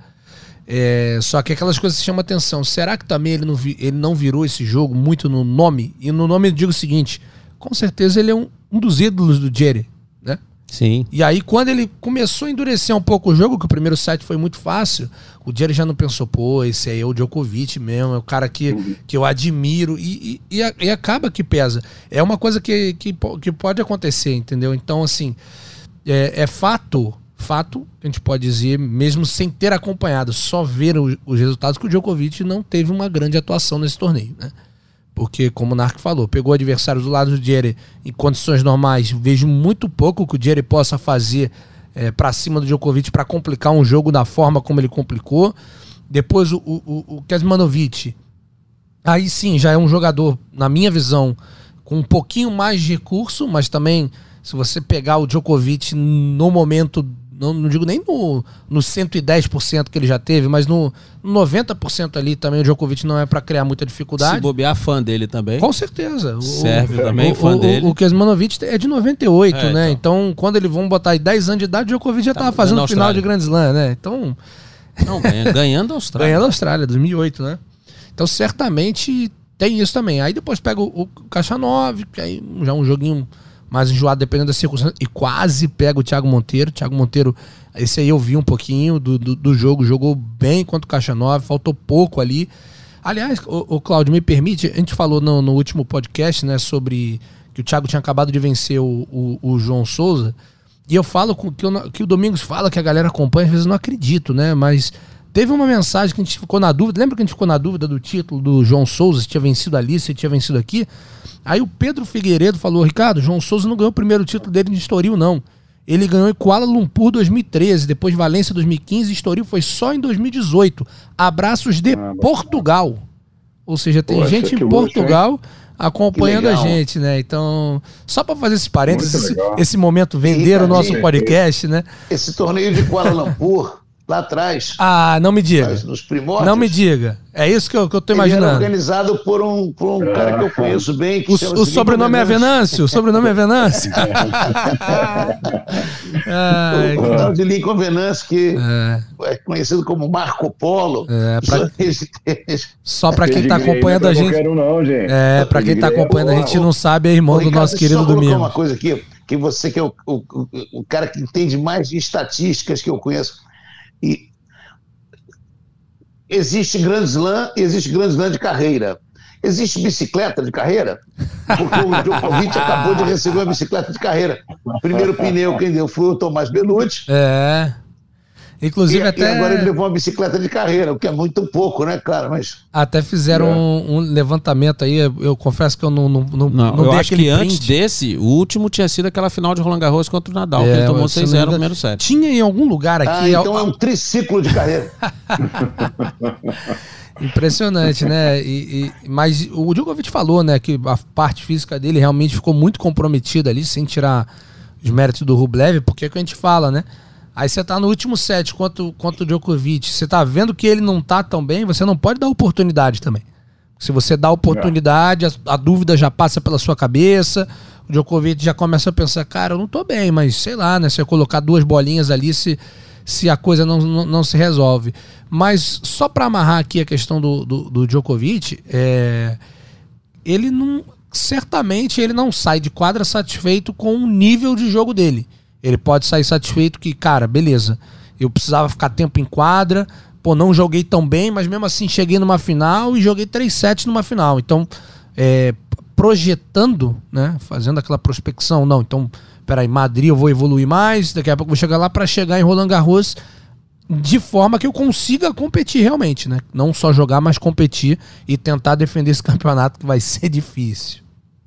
E: É, só que aquelas coisas que chamam atenção. Será que também ele não, vi, ele não virou esse jogo muito no nome? E no nome eu digo o seguinte: com certeza ele é um, um dos ídolos do Djere, né?
F: Sim.
E: E aí, quando ele começou a endurecer um pouco o jogo, que o primeiro set foi muito fácil, o Djere já não pensou, pô, esse aí é o Djokovic mesmo, é o cara que, uhum. que eu admiro, e, e, e acaba que pesa. É uma coisa que, que, que pode acontecer, entendeu? Então, assim, é, é fato, fato, a gente pode dizer, mesmo sem ter acompanhado, só ver o, os resultados, que o Djokovic não teve uma grande atuação nesse torneio, né? Porque, como o Narc falou, pegou adversários do lado do Djere em condições normais. Vejo muito pouco que o Djere possa fazer é, pra cima do Djokovic para complicar um jogo da forma como ele complicou. Depois o, o, o Kecmanovic, aí sim, já é um jogador, na minha visão, com um pouquinho mais de recurso, mas também, se você pegar o Djokovic no momento, não, não digo nem no, no cento e dez por cento que ele já teve, mas no noventa por cento ali também o Djokovic não é para criar muita dificuldade.
F: Se bobear, fã dele também.
E: Com certeza.
F: Serve
E: o,
F: também,
E: o,
F: fã
E: o,
F: dele.
E: O Kecmanovic é de noventa e oito, é, né?
F: Então.
E: então, quando eles vão botar aí dez anos de idade, o Djokovic já
F: tá,
E: tava fazendo o final de Grand Slam, né? Então...
F: Não, ganha, ganhando a Austrália.
E: Ganhando a Austrália, dois mil e oito, né? Então, certamente tem isso também. Aí depois pega o, o Khachanov, que aí já é um joguinho mais enjoado, dependendo da circunstância, e quase pega o Thiago Monteiro. Thiago Monteiro, esse aí eu vi um pouquinho do, do, do jogo, jogou bem contra o Khachanov, faltou pouco ali. Aliás, o, o Cláudio, me permite, a gente falou no, no último podcast, né, sobre que o Thiago tinha acabado de vencer o, o, o João Souza, e eu falo com, que, eu, que o Domingos fala que a galera acompanha, às vezes eu não acredito, né, mas teve uma mensagem que a gente ficou na dúvida, lembra que a gente ficou na dúvida do título do João Souza, se tinha vencido ali, se tinha vencido aqui? Aí o Pedro Figueiredo falou, Ricardo, João Souza não ganhou o primeiro título dele de Estoril, não. ele ganhou em Kuala Lumpur dois mil e treze, depois Valência dois mil e quinze, e Estoril foi só em dois mil e dezoito. Abraços de ah, Portugal. Ou seja, tem Pô, gente em Portugal luxo, acompanhando a gente, né? Então, só para fazer esse parênteses, esse, esse momento vender o nosso podcast, né?
D: Esse torneio de Kuala Lumpur, lá atrás.
E: Ah, não me diga.
D: Nos primórdios.
E: Não me diga. É isso que eu, que eu tô
D: ele
E: imaginando.
D: Era organizado por um, por um cara que eu conheço bem. Que
E: o o sobrenome é Venâncio? O sobrenome é Venâncio?
D: Ai, o tal de Lincoln Venâncio, que é. é conhecido como Marco Polo.
E: É, pra... Só para quem tá acompanhando a gente.
C: Um não, gente.
E: É, para quem tá acompanhando a gente não sabe, é irmão do nosso querido Domingos.
D: Uma coisa aqui, que você que é o, o, o cara que entende mais de estatísticas que eu conheço. E existe Grand Slam e existe Grand Slam de carreira. Existe bicicleta de carreira? Porque o Djokovic acabou de receber uma bicicleta de carreira. O primeiro pneu quem deu foi o Tomás Bellucci.
E: É. Inclusive
D: e,
E: até...
D: e agora ele levou uma bicicleta de carreira, o que é muito pouco, né, cara? Mas...
E: Até fizeram é. um, um levantamento aí, eu, eu confesso que eu não não, não,
F: não,
E: não
F: eu
E: dei
F: acho
E: aquele
F: que
E: print.
F: Antes desse, o último tinha sido aquela final de Roland Garros contra o Nadal,
E: É,
F: que ele tomou seis a zero no primeiro set.
E: Tinha em algum lugar aqui...
D: Ah, então é um triciclo de carreira.
E: Impressionante, né? E, e, mas o Djokovic falou, né, que a parte física dele realmente ficou muito comprometida ali, sem tirar os méritos do Rublev, porque é o que a gente fala, né? Aí você tá no último set contra, contra o Djokovic, você tá vendo que ele não tá tão bem, você não pode dar oportunidade também. Se você dá oportunidade, a, a dúvida já passa pela sua cabeça, o Djokovic já começa a pensar, cara, eu não tô bem, mas sei lá, né? Se eu colocar duas bolinhas ali, se, se a coisa não, não, não se resolve. Mas só para amarrar aqui a questão do, do, do Djokovic, é, ele não, certamente ele não sai de quadra satisfeito com o nível de jogo dele. Ele pode sair satisfeito que, cara, beleza, eu precisava ficar tempo em quadra, pô, não joguei tão bem, mas mesmo assim cheguei numa final e joguei três sets numa final. Então, é, projetando, né, fazendo aquela prospecção, não, então, peraí, Madrid eu vou evoluir mais, daqui a pouco eu vou chegar lá para chegar em Roland Garros de forma que eu consiga competir realmente, né? Não só jogar, mas competir e tentar defender esse campeonato que vai ser difícil.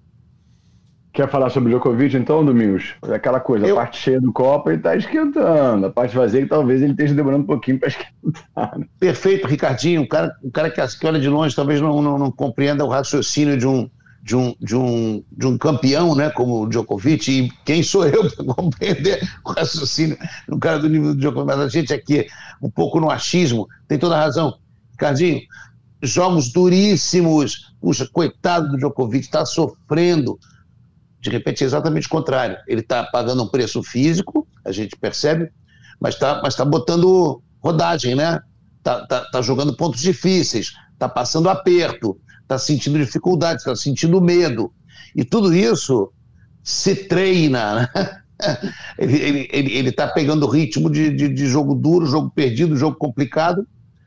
C: Quer falar sobre o Djokovic então, Domingos? Aquela coisa, eu... a parte cheia do copo ele tá esquentando, a parte vazia que talvez ele esteja demorando um pouquinho para esquentar. Né?
D: Perfeito, Ricardinho. Um cara, um cara que, que olha de longe talvez não, não, não compreenda o raciocínio de um, de, um, de, um, de um campeão, né, como o Djokovic, e quem sou eu para compreender o raciocínio de um cara do nível do Djokovic? Mas a gente aqui, um pouco no achismo, tem toda a razão. Ricardinho, jogos duríssimos, puxa, coitado do Djokovic, está sofrendo. De repente é exatamente o contrário. Ele está pagando um preço físico, a gente percebe, mas está mas tá botando rodagem, né? Está tá, tá jogando pontos difíceis, está passando aperto, está sentindo dificuldade, está sentindo medo. E tudo isso se treina, né? Ele está ele, ele, ele tá pegando o ritmo de, de, de jogo duro, jogo perdido, jogo complicado.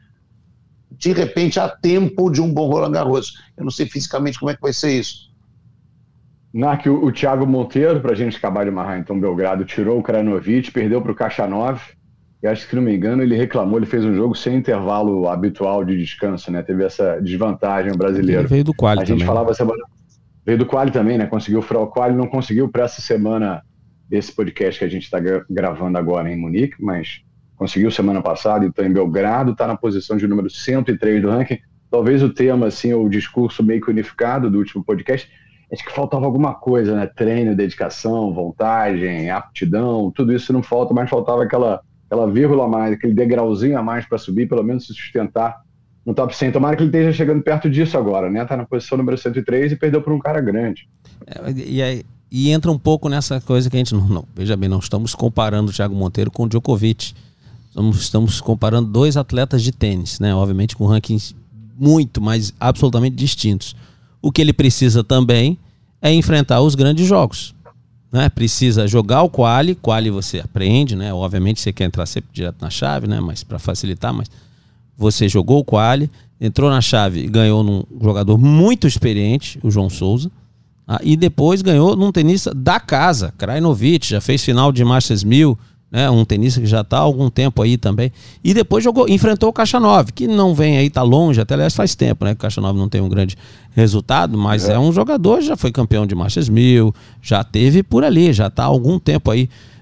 D: De repente há tempo de um bom Roland Garros. Eu não sei fisicamente como é que vai ser isso.
C: Narc, o, o Thiago Monteiro, para a gente acabar de amarrar então Belgrado, tirou o Krajinovic, perdeu para o Khachanov, e acho que, se não me engano, ele reclamou, ele fez um jogo sem intervalo habitual de descanso, né? Teve essa desvantagem o brasileiro.
F: Ele veio do quali também.
C: A gente falava semana... Veio do quali também, né? Conseguiu furar o quali, não conseguiu para essa semana desse podcast que a gente está gra- gravando agora em Munique, mas conseguiu semana passada, então em Belgrado, está na posição de número cento e três do ranking. Talvez o tema, assim, o discurso meio que unificado do último podcast, acho que faltava alguma coisa, né? Treino, dedicação, vontade, aptidão, tudo isso não falta, mas faltava aquela, aquela vírgula a mais, aquele degrauzinho a mais para subir, pelo menos se sustentar no top cem. Tomara que ele esteja chegando perto disso agora, né? Tá na posição número cento e três e perdeu por um cara grande.
F: É, e, aí, e entra um pouco nessa coisa que a gente não, não... Veja bem, não estamos comparando o Thiago Monteiro com o Djokovic. Estamos, estamos comparando dois atletas de tênis, né? Obviamente com rankings muito, mas absolutamente distintos. O que ele precisa também é enfrentar os grandes jogos, né? Precisa jogar o quali, quali você aprende, né? Obviamente você quer entrar sempre direto na chave, né? Mas para facilitar, mas você jogou o quali, entrou na chave e ganhou num jogador muito experiente, o João Souza, ah, e depois ganhou num tenista da casa, Krajinovic, já fez final de Masters mil, né, um tenista que já está há algum tempo aí também, e depois jogou, enfrentou o Khachanov, que não vem aí, está longe, até aliás faz tempo, né, que o Khachanov não tem um grande resultado, mas é. é um jogador, já foi campeão de Masters mil, já teve por ali, já está há algum tempo aí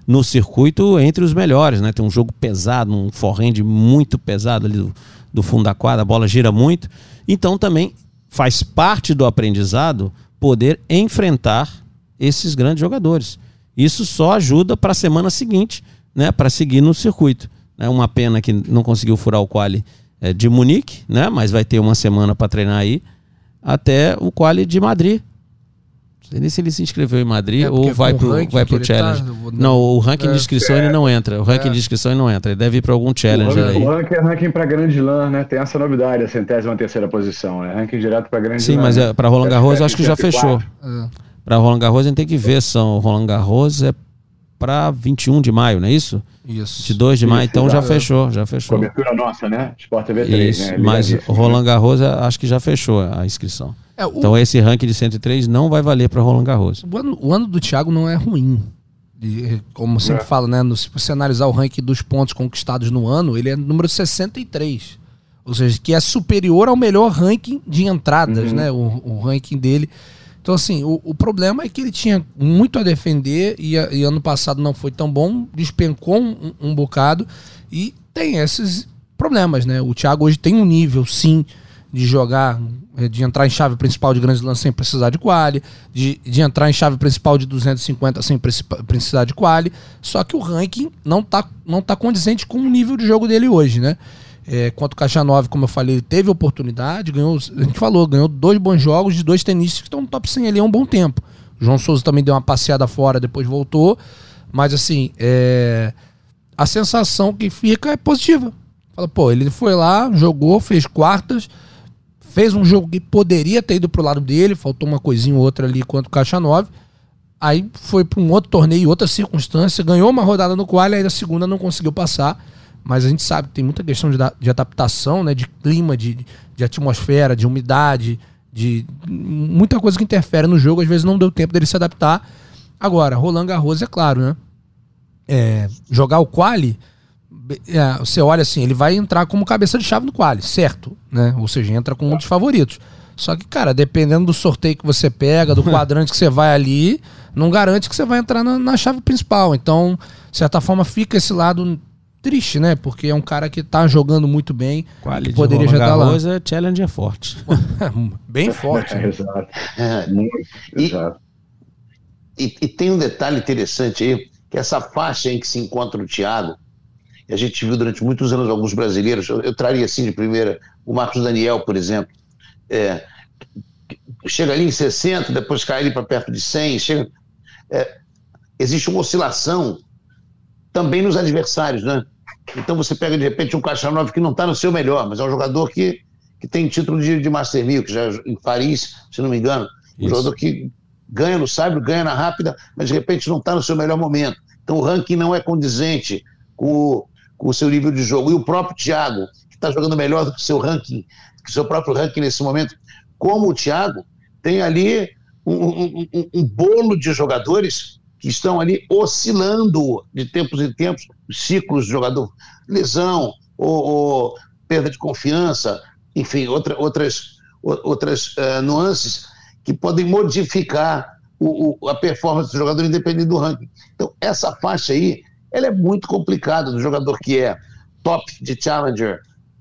F: no circuito entre os melhores, né? Tem um jogo pesado, um forehand muito pesado ali do, do fundo da quadra, a bola gira muito. Então também faz parte do aprendizado poder enfrentar esses grandes jogadores. Isso só ajuda para a semana seguinte, né? Para seguir no circuito. É uma pena que não conseguiu furar o quali é, de Munique, né? Mas vai ter uma semana para treinar aí até o quali de Madrid. Não sei nem se ele se inscreveu em Madrid é ou vai pro, vai pro Challenge. Tá, vou... Não, o ranking é, de inscrição é, ele não entra. O ranking é. de inscrição ele não entra. Ele deve ir para algum Challenge.
C: O,
F: aí.
C: o ranking é ranking para Grande Slam, né? Tem essa novidade, a centésima terceira posição. É ranking direto para Grande Slam.
F: Sim, mas é, para Roland Garros eu acho que já fechou. É. Para Roland Garros a gente tem que ver. São Roland Garros é para vinte e um de maio, não é isso? Isso. vinte e dois de maio, isso, então já fechou, já fechou.
C: Cobertura nossa, né? Sport T V três,
F: isso,
C: né?
F: Mas o Roland Garros acho que já fechou a inscrição. É, o... Então esse ranking de cento e três não vai valer para Roland Garros.
E: O ano, o ano do Thiago não é ruim. E, como sempre é. falo, né? No, se você analisar o ranking dos pontos conquistados no ano, ele é número sessenta e três. Ou seja, que é superior ao melhor ranking de entradas, uhum. né? O, o ranking dele. Então, assim, o, o problema é que ele tinha muito a defender e, a, e ano passado não foi tão bom, despencou um, um bocado e tem esses problemas, né? O Thiago hoje tem um nível, sim, de jogar, de entrar em chave principal de Grand Slam sem precisar de quali, de, de entrar em chave principal de duzentos e cinquenta sem precisar de quali, só que o ranking não tá, não tá condizente com o nível de jogo dele hoje, né? É, quanto o Khachanov, como eu falei, ele teve oportunidade, ganhou, a gente falou, ganhou dois bons jogos de dois tenistas que estão no top cem ali há um bom tempo. O João Souza também deu uma passeada fora, depois voltou, mas assim, é, a sensação que fica é positiva. Fala, pô, ele foi lá, jogou, fez quartas, fez um jogo que poderia ter ido pro lado dele, faltou uma coisinha ou outra ali quanto o Khachanov, aí foi para um outro torneio, outra circunstância, ganhou uma rodada no quali, aí na segunda não conseguiu passar. Mas a gente sabe que tem muita questão de, de adaptação, né, de clima, de, de atmosfera, de umidade, de muita coisa que interfere no jogo. Às vezes não deu tempo dele se adaptar. Agora, Roland Garros é claro, né? É, jogar o quali, é, você olha assim, ele vai entrar como cabeça de chave no quali, certo? Né? Ou seja, entra com um dos favoritos. Só que, cara, dependendo do sorteio que você pega, do quadrante que você vai ali, não garante que você vai entrar na, na chave principal. Então, de certa forma, fica esse lado... triste, né? Porque é um cara que tá jogando muito bem.
F: Quali
E: que poderia já estar lá.
F: É challenge é forte.
E: Bem forte.
C: É, exato. É, muito,
D: e,
C: exato.
D: E, e tem um detalhe interessante aí, que essa faixa em que se encontra o Thiago, e a gente viu durante muitos anos alguns brasileiros, eu, eu traria assim de primeira o Marcos Daniel, por exemplo, é, chega ali em sessenta, depois cai ali para perto de cem, chega, é, existe uma oscilação também nos adversários, né? Então você pega de repente um Khachanov que não está no seu melhor, mas é um jogador que, que tem título de, de Master mil, que já em Paris, se não me engano, um Isso. jogador que ganha no saibro, ganha na rápida, mas de repente não está no seu melhor momento. Então o ranking não é condizente com o, com o seu nível de jogo. E o próprio Thiago, que está jogando melhor do que o seu ranking, que o seu próprio ranking nesse momento, como o Thiago, tem ali um, um, um, um bolo de jogadores que estão ali oscilando de tempos em tempos, ciclos de jogador, lesão, ou, ou perda de confiança, enfim, outra, outras, outras uh, nuances que podem modificar o, o, a performance do jogador independente do ranking. Então, essa faixa aí, ela é muito complicada do jogador que é top de Challenger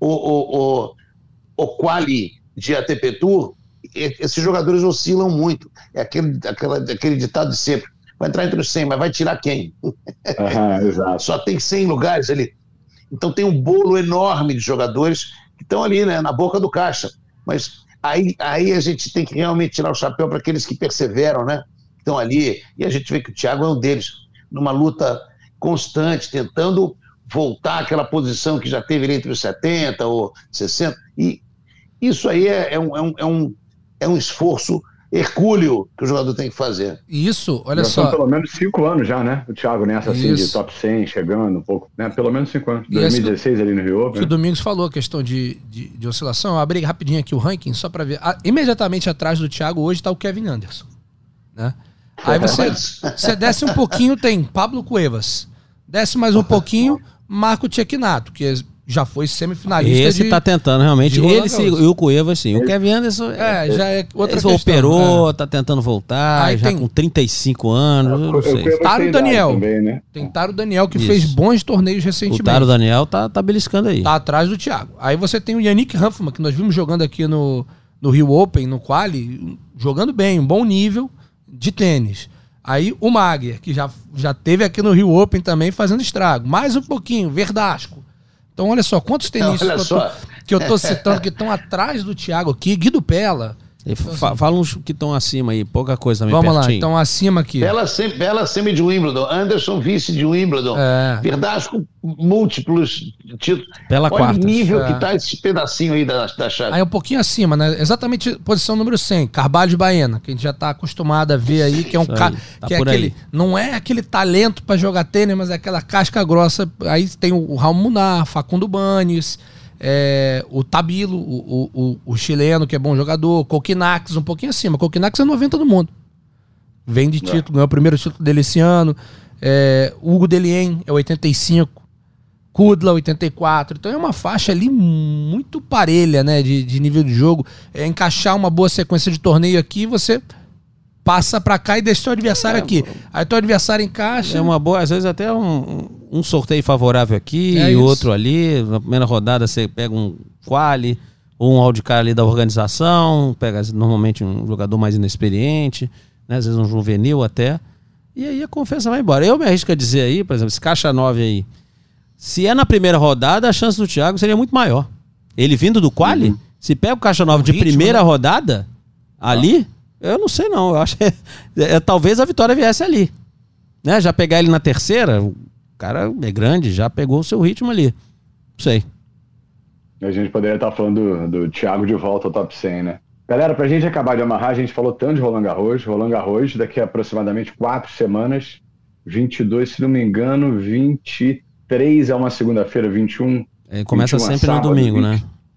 D: ou o quali de A T P Tour. Esses jogadores oscilam muito. É aquele, aquela, aquele ditado de sempre. Vai entrar entre os cem, mas vai tirar quem?
C: Uhum, exato.
D: Só tem cem lugares ali. Então tem um bolo enorme de jogadores que estão ali, né, na boca do caixa. Mas aí, aí a gente tem que realmente tirar o chapéu para aqueles que perseveram, né? Que estão ali. E a gente vê que o Thiago é um deles, numa luta constante, tentando voltar àquela posição que já teve ali entre os setenta ou sessenta. E isso aí é, é, um, é, um, é, um, é um esforço hercúleo que o jogador tem que fazer.
E: Isso, olha
C: já
E: só.
C: São pelo menos cinco anos já, né? O Thiago nessa assim, de top cem, chegando um pouco, né? Pelo menos cinco anos. E dois mil e dezesseis ali no Rio.
E: Que né? O Domingos falou, a questão de, de, de oscilação. Eu abri rapidinho aqui o ranking, só para ver. Ah, imediatamente atrás do Thiago hoje está o Kevin Anderson. Né? Aí você, você desce um pouquinho, tem Pablo Cuevas. Desce mais um pouquinho, Marco Cecchinato, que já foi semifinalista.
F: Esse
E: de,
F: tá tentando, realmente. Ele sim, e o Cueva, sim. O
E: é,
F: Kevin Anderson...
E: É, já é outra
F: questão. Operou, é. tá tentando voltar,
E: Aí
F: já
E: tem,
F: com trinta e cinco anos, eu não sei.
E: Taro Daniel.
C: Também, né?
E: Tem Taro Daniel, que
F: Isso.
E: fez bons torneios recentemente.
F: O Taro Daniel tá, tá beliscando aí.
E: Tá atrás do Thiago. Aí você tem o Yannick Hanfmann, que nós vimos jogando aqui no, no Rio Open, no Quali, jogando bem, um bom nível de tênis. Aí o Magner, que já, já teve aqui no Rio Open também fazendo estrago. Mais um pouquinho, Verdasco. Então olha só, quantos tenistas que, eu tô, que eu tô citando que estão atrás do Thiago aqui. Guido Pella.
F: Então, assim, fala uns que estão acima aí, pouca coisa também.
E: Vamos
F: pertinho.
E: lá, então acima aqui.
D: Bela, sem, Bela semi de Wimbledon, Anderson vice de Wimbledon,
E: é.
D: Verdasco múltiplos títulos.
F: Pela
D: Olha
F: quarta.
D: o nível
E: é.
D: que tá esse pedacinho aí da, da chave.
E: Aí um pouquinho acima, né? Exatamente posição número cem, Carvalho de Baena, que a gente já tá acostumado a ver aí, que é um cara
F: tá
E: que é aquele,
F: aí.
E: não é aquele talento para jogar tênis, mas é aquela casca grossa. Aí tem o Raul Munar, Facundo Banes, É, o Tabilo, o, o, o chileno, que é bom jogador, Kokinax, um pouquinho acima. Kokinax é noventa do mundo. Vem de título, ganhou o primeiro título dele esse ano. É, Hugo Delien é oitenta e cinco. Kudla, oitenta e quatro. Então é uma faixa ali muito parelha, né, de, de nível de jogo. É encaixar uma boa sequência de torneio aqui, você passa pra cá e deixa o adversário é, aqui. Aí teu adversário encaixa.
F: É uma boa, às vezes até um, um sorteio favorável aqui
E: é
F: e
E: isso.
F: outro ali. Na primeira rodada você pega um quali ou um wildcard ali da organização, pega normalmente um jogador mais inexperiente, né, às vezes um juvenil até. E aí a confiança vai embora. Eu me arrisco a dizer aí, por exemplo, esse caixa nove aí, se é na primeira rodada, a chance do Thiago seria muito maior. Ele vindo do quali, uhum. se pega o caixa nove de ritmo, primeira né? rodada, ali... Ah. Eu não sei não, eu acho que é, é, talvez a vitória viesse ali, né? Já pegar ele na terceira, o cara é grande, já pegou o seu ritmo ali, não sei.
C: A gente poderia estar falando do, do Thiago de volta ao top cem, né? Galera, pra gente acabar de amarrar, a gente falou tanto de Roland Garros, Roland Garros daqui a aproximadamente quatro semanas, vinte e dois, se não me engano, vinte e três é uma segunda-feira, vinte e um...
F: É, começa
C: vinte e um
F: sempre
C: sábado,
F: no domingo,
C: vinte...
F: né?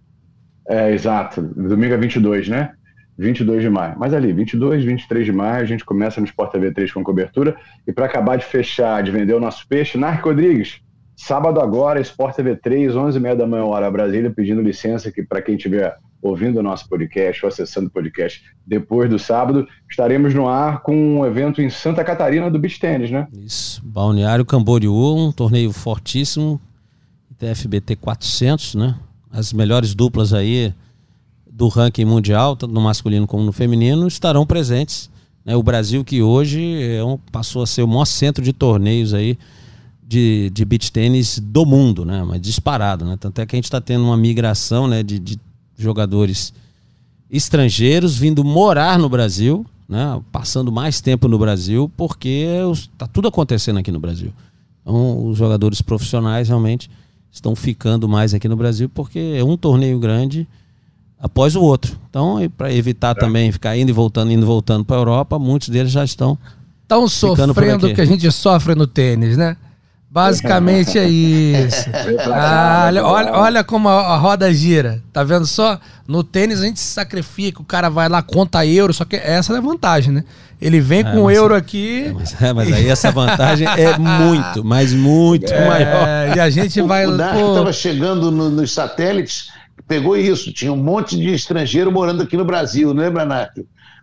C: É, exato, domingo é vinte e dois, né? vinte e dois de maio. Mas ali, vinte e dois, vinte e três de maio, a gente começa no Sport T V três com cobertura. E para acabar de fechar, de vender o nosso peixe, Narc Rodrigues, sábado agora, Sport T V três, onze e meia da manhã, hora Brasília, pedindo licença que para quem estiver ouvindo o nosso podcast ou acessando o podcast depois do sábado, estaremos no ar com um evento em Santa Catarina do Beach Tennis, né?
F: Isso, Balneário Camboriú, um torneio fortíssimo, T F B T quatrocentos, né? As melhores duplas aí do ranking mundial, tanto no masculino como no feminino, estarão presentes. Né? O Brasil, que hoje é um, passou a ser o maior centro de torneios aí de, de beach tênis do mundo, né? Mas disparado, né? Tanto é que a gente está tendo uma migração, né, de, de jogadores estrangeiros vindo morar no Brasil, né? Passando mais tempo no Brasil, porque está tudo acontecendo aqui no Brasil. Então, os jogadores profissionais realmente estão ficando mais aqui no Brasil, porque é um torneio grande após o outro. Então, para evitar é. também ficar indo e voltando, indo e voltando para a Europa, muitos deles já estão
E: Estão sofrendo o que a gente sofre no tênis, né? Basicamente é isso. Ah, olha, olha, olha como a, a roda gira. Tá vendo só? No tênis a gente se sacrifica, o cara vai lá, conta euro, só que essa é a vantagem, né? Ele vem é, com o euro aqui...
F: É, mas, é, mas aí essa vantagem é muito, mas muito
E: é,
F: maior.
E: E a gente vai...
D: O Narc estava chegando no, nos satélites, pegou isso, tinha um monte de estrangeiro morando aqui no Brasil, não lembra, Narc?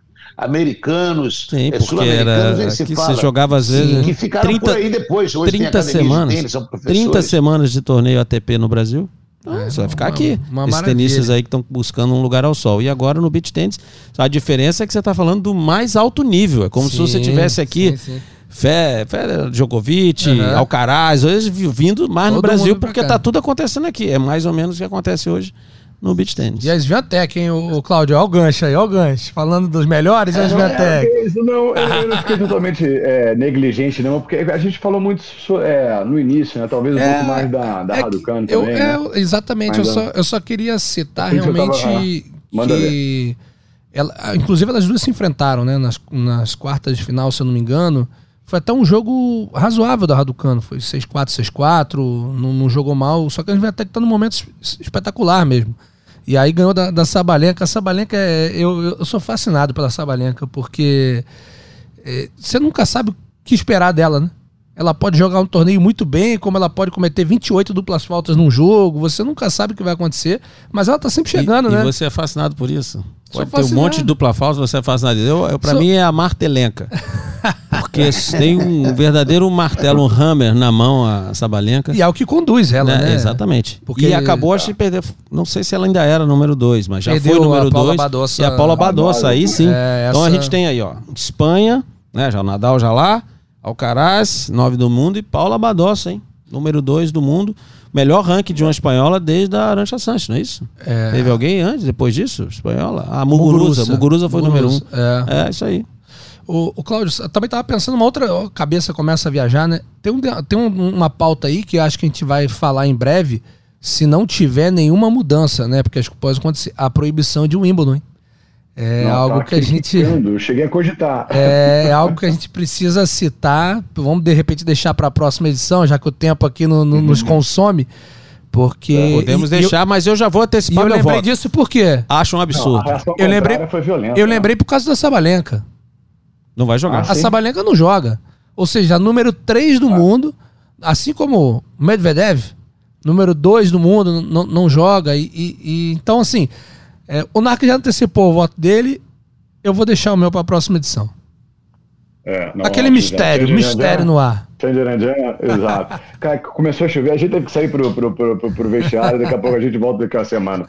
D: Americanos,
F: Sim,
D: é,
F: porque era
D: se
F: que
D: fala.
F: se jogava às vezes
D: Sim, que ficaram trinta, por aí depois. Hoje
F: trinta semanas, tênis, trinta semanas de torneio A T P no Brasil. Então, é, você vai ficar uma, aqui. Uma Esses tenistas aí que estão buscando um lugar ao sol. E agora no beach tennis, a diferença é que você está falando do mais alto nível. É como sim, se você tivesse aqui sim, sim. Fé, Fé, Djokovic, uhum. Alcaraz, hoje vindo mais Todo no Brasil, porque está tudo acontecendo aqui. É mais ou menos o que acontece hoje no beach tennis.
E: E a Swiatek, hein, o, o Cláudio? Olha o gancho aí, olha o gancho. Falando dos melhores, a Swiatek.
C: É, isso não, eu não fiquei totalmente é, negligente, não, porque a gente falou muito é, no início, né? Talvez um é, pouco mais da, da é Raducanu também. Eu, né?
E: é, exatamente, eu só, eu só queria citar realmente tava, ah, que. Ela, inclusive, elas duas se enfrentaram, né? Nas, nas quartas de final, se eu não me engano. Foi até um jogo razoável da Raducanu. Foi seis a quatro, seis a quatro, não, não jogou mal. Só que a Swiatek tá num momento espetacular mesmo. E aí ganhou da, da Sabalenka. A Sabalenka, é, eu, eu sou fascinado pela Sabalenka, porque é, você nunca sabe o que esperar dela, né? ela pode jogar um torneio muito bem, como ela pode cometer vinte e oito duplas faltas num jogo, você nunca sabe o que vai acontecer, mas ela tá sempre chegando,
F: e,
E: né?
F: E você é fascinado por isso? Pode
E: Sou
F: ter um monte de dupla falta, você é fascinado. Eu, eu, pra Sou... mim é a Martelenka. Porque tem um verdadeiro martelo, um hammer na mão, a Sabalenka.
E: E é o que conduz ela, né? né?
F: Exatamente.
E: Porque...
F: E acabou de perder, não sei se ela ainda era número dois, mas já
E: Perdeu
F: foi número dois.
E: Badosa...
F: E a Paula Badosa, aí sim.
E: É,
F: então
E: essa...
F: a gente tem aí, ó, Espanha, né? Já o Nadal já lá, Alcaraz, nove do mundo, e Paula Badosa, hein? Número dois do mundo. Melhor ranking de uma espanhola desde a Arantxa Sanches, não é isso? É... Teve alguém antes, depois disso? Espanhola? Ah, Muguruza. Muguruza foi o número um. É. é, isso aí.
E: O, o Cláudio, eu também estava pensando uma outra... A cabeça começa a viajar, né? Tem, um, tem um, uma pauta aí que acho que a gente vai falar em breve, se não tiver nenhuma mudança, né? Porque acho que pode acontecer a proibição de Wimbledon, hein? É não, algo tá que a gente...
C: Eu cheguei a cogitar.
E: É, é algo que a gente precisa citar. Vamos, de repente, deixar para a próxima edição, já que o tempo aqui no, no, nos consome. Porque...
F: Podemos
E: e,
F: deixar, eu, mas eu já vou antecipar
E: eu
F: meu
E: lembrei
F: voto.
E: disso por quê?
F: Acho um absurdo.
C: Não,
E: eu lembrei,
C: foi violenta,
E: eu lembrei por causa da Sabalenka.
F: Não vai jogar.
E: A sim? Sabalenka não joga. Ou seja, número três do ah. mundo, assim como o Medvedev, número dois do mundo, não, não joga. E, e, e então, assim... É, o Narc já antecipou o voto dele, eu vou deixar o meu para a próxima edição.
C: É, não,
E: Aquele
C: não,
E: mistério,
C: não,
E: mistério no ar.
C: Exato. Cara, começou a chover, a gente teve que sair pro, pro, pro, pro, pro vestiário, daqui a pouco a gente volta daqui a uma semana.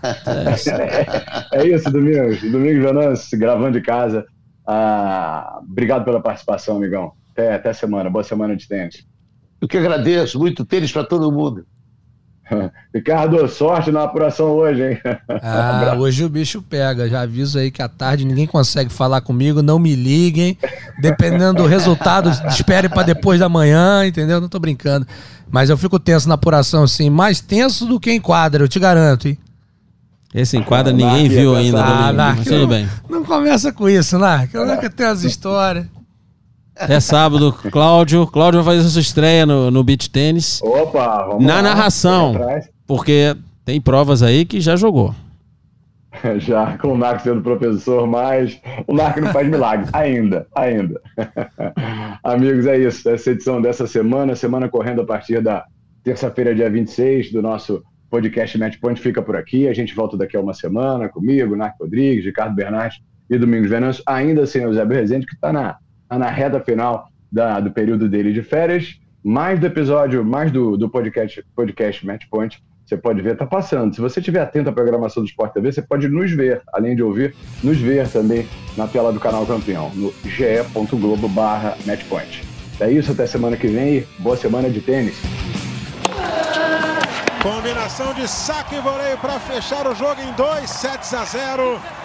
C: É, é isso, Domingos. Domingos Venâncio, gravando de casa. Ah, obrigado pela participação, amigão. Até, até semana, boa semana de tênis.
D: Eu que agradeço, muito tênis para todo mundo.
C: Ricardo, sorte na apuração hoje, hein?
E: Ah, hoje o bicho pega. Já aviso aí que à tarde ninguém consegue falar comigo, não me liguem. Dependendo do resultado, espere para depois da manhã, entendeu? Não tô brincando. Mas eu fico tenso na apuração, assim, mais tenso do que em quadra, eu te garanto, hein?
F: Esse enquadra ah, ninguém viu ainda.
E: Ah, Narc,
F: mas tudo bem.
E: Não, não começa com isso, Narc. Eu nunca tenho as histórias.
F: Até sábado, Cláudio. Cláudio vai fazer sua estreia no, no beach tênis.
C: Opa, vamos
F: Na
C: lá,
F: narração, porque tem provas aí que já jogou.
C: Já, com o Narc sendo professor, mas o Narc não faz milagre. Ainda, ainda. Amigos, é isso. Essa edição dessa semana, semana correndo a partir da terça-feira, dia vinte e seis, do nosso podcast Match Point fica por aqui. A gente volta daqui a uma semana comigo, Narc Rodrigues, Ricardo Bernardes e Domingos Venâncio, ainda sem o Zé Rezende, que está na na reta final da, do período dele de férias, mais do episódio, mais do, do podcast, podcast Match Point, você pode ver, tá passando. Se você estiver atento à programação do Sport T V, você pode nos ver, além de ouvir, nos ver também na tela do canal Campeão, no ge ponto globo barra matchpoint. É isso, até semana que vem, boa semana de tênis.
B: Combinação de saque e voleio para fechar o jogo em dois sets a zero.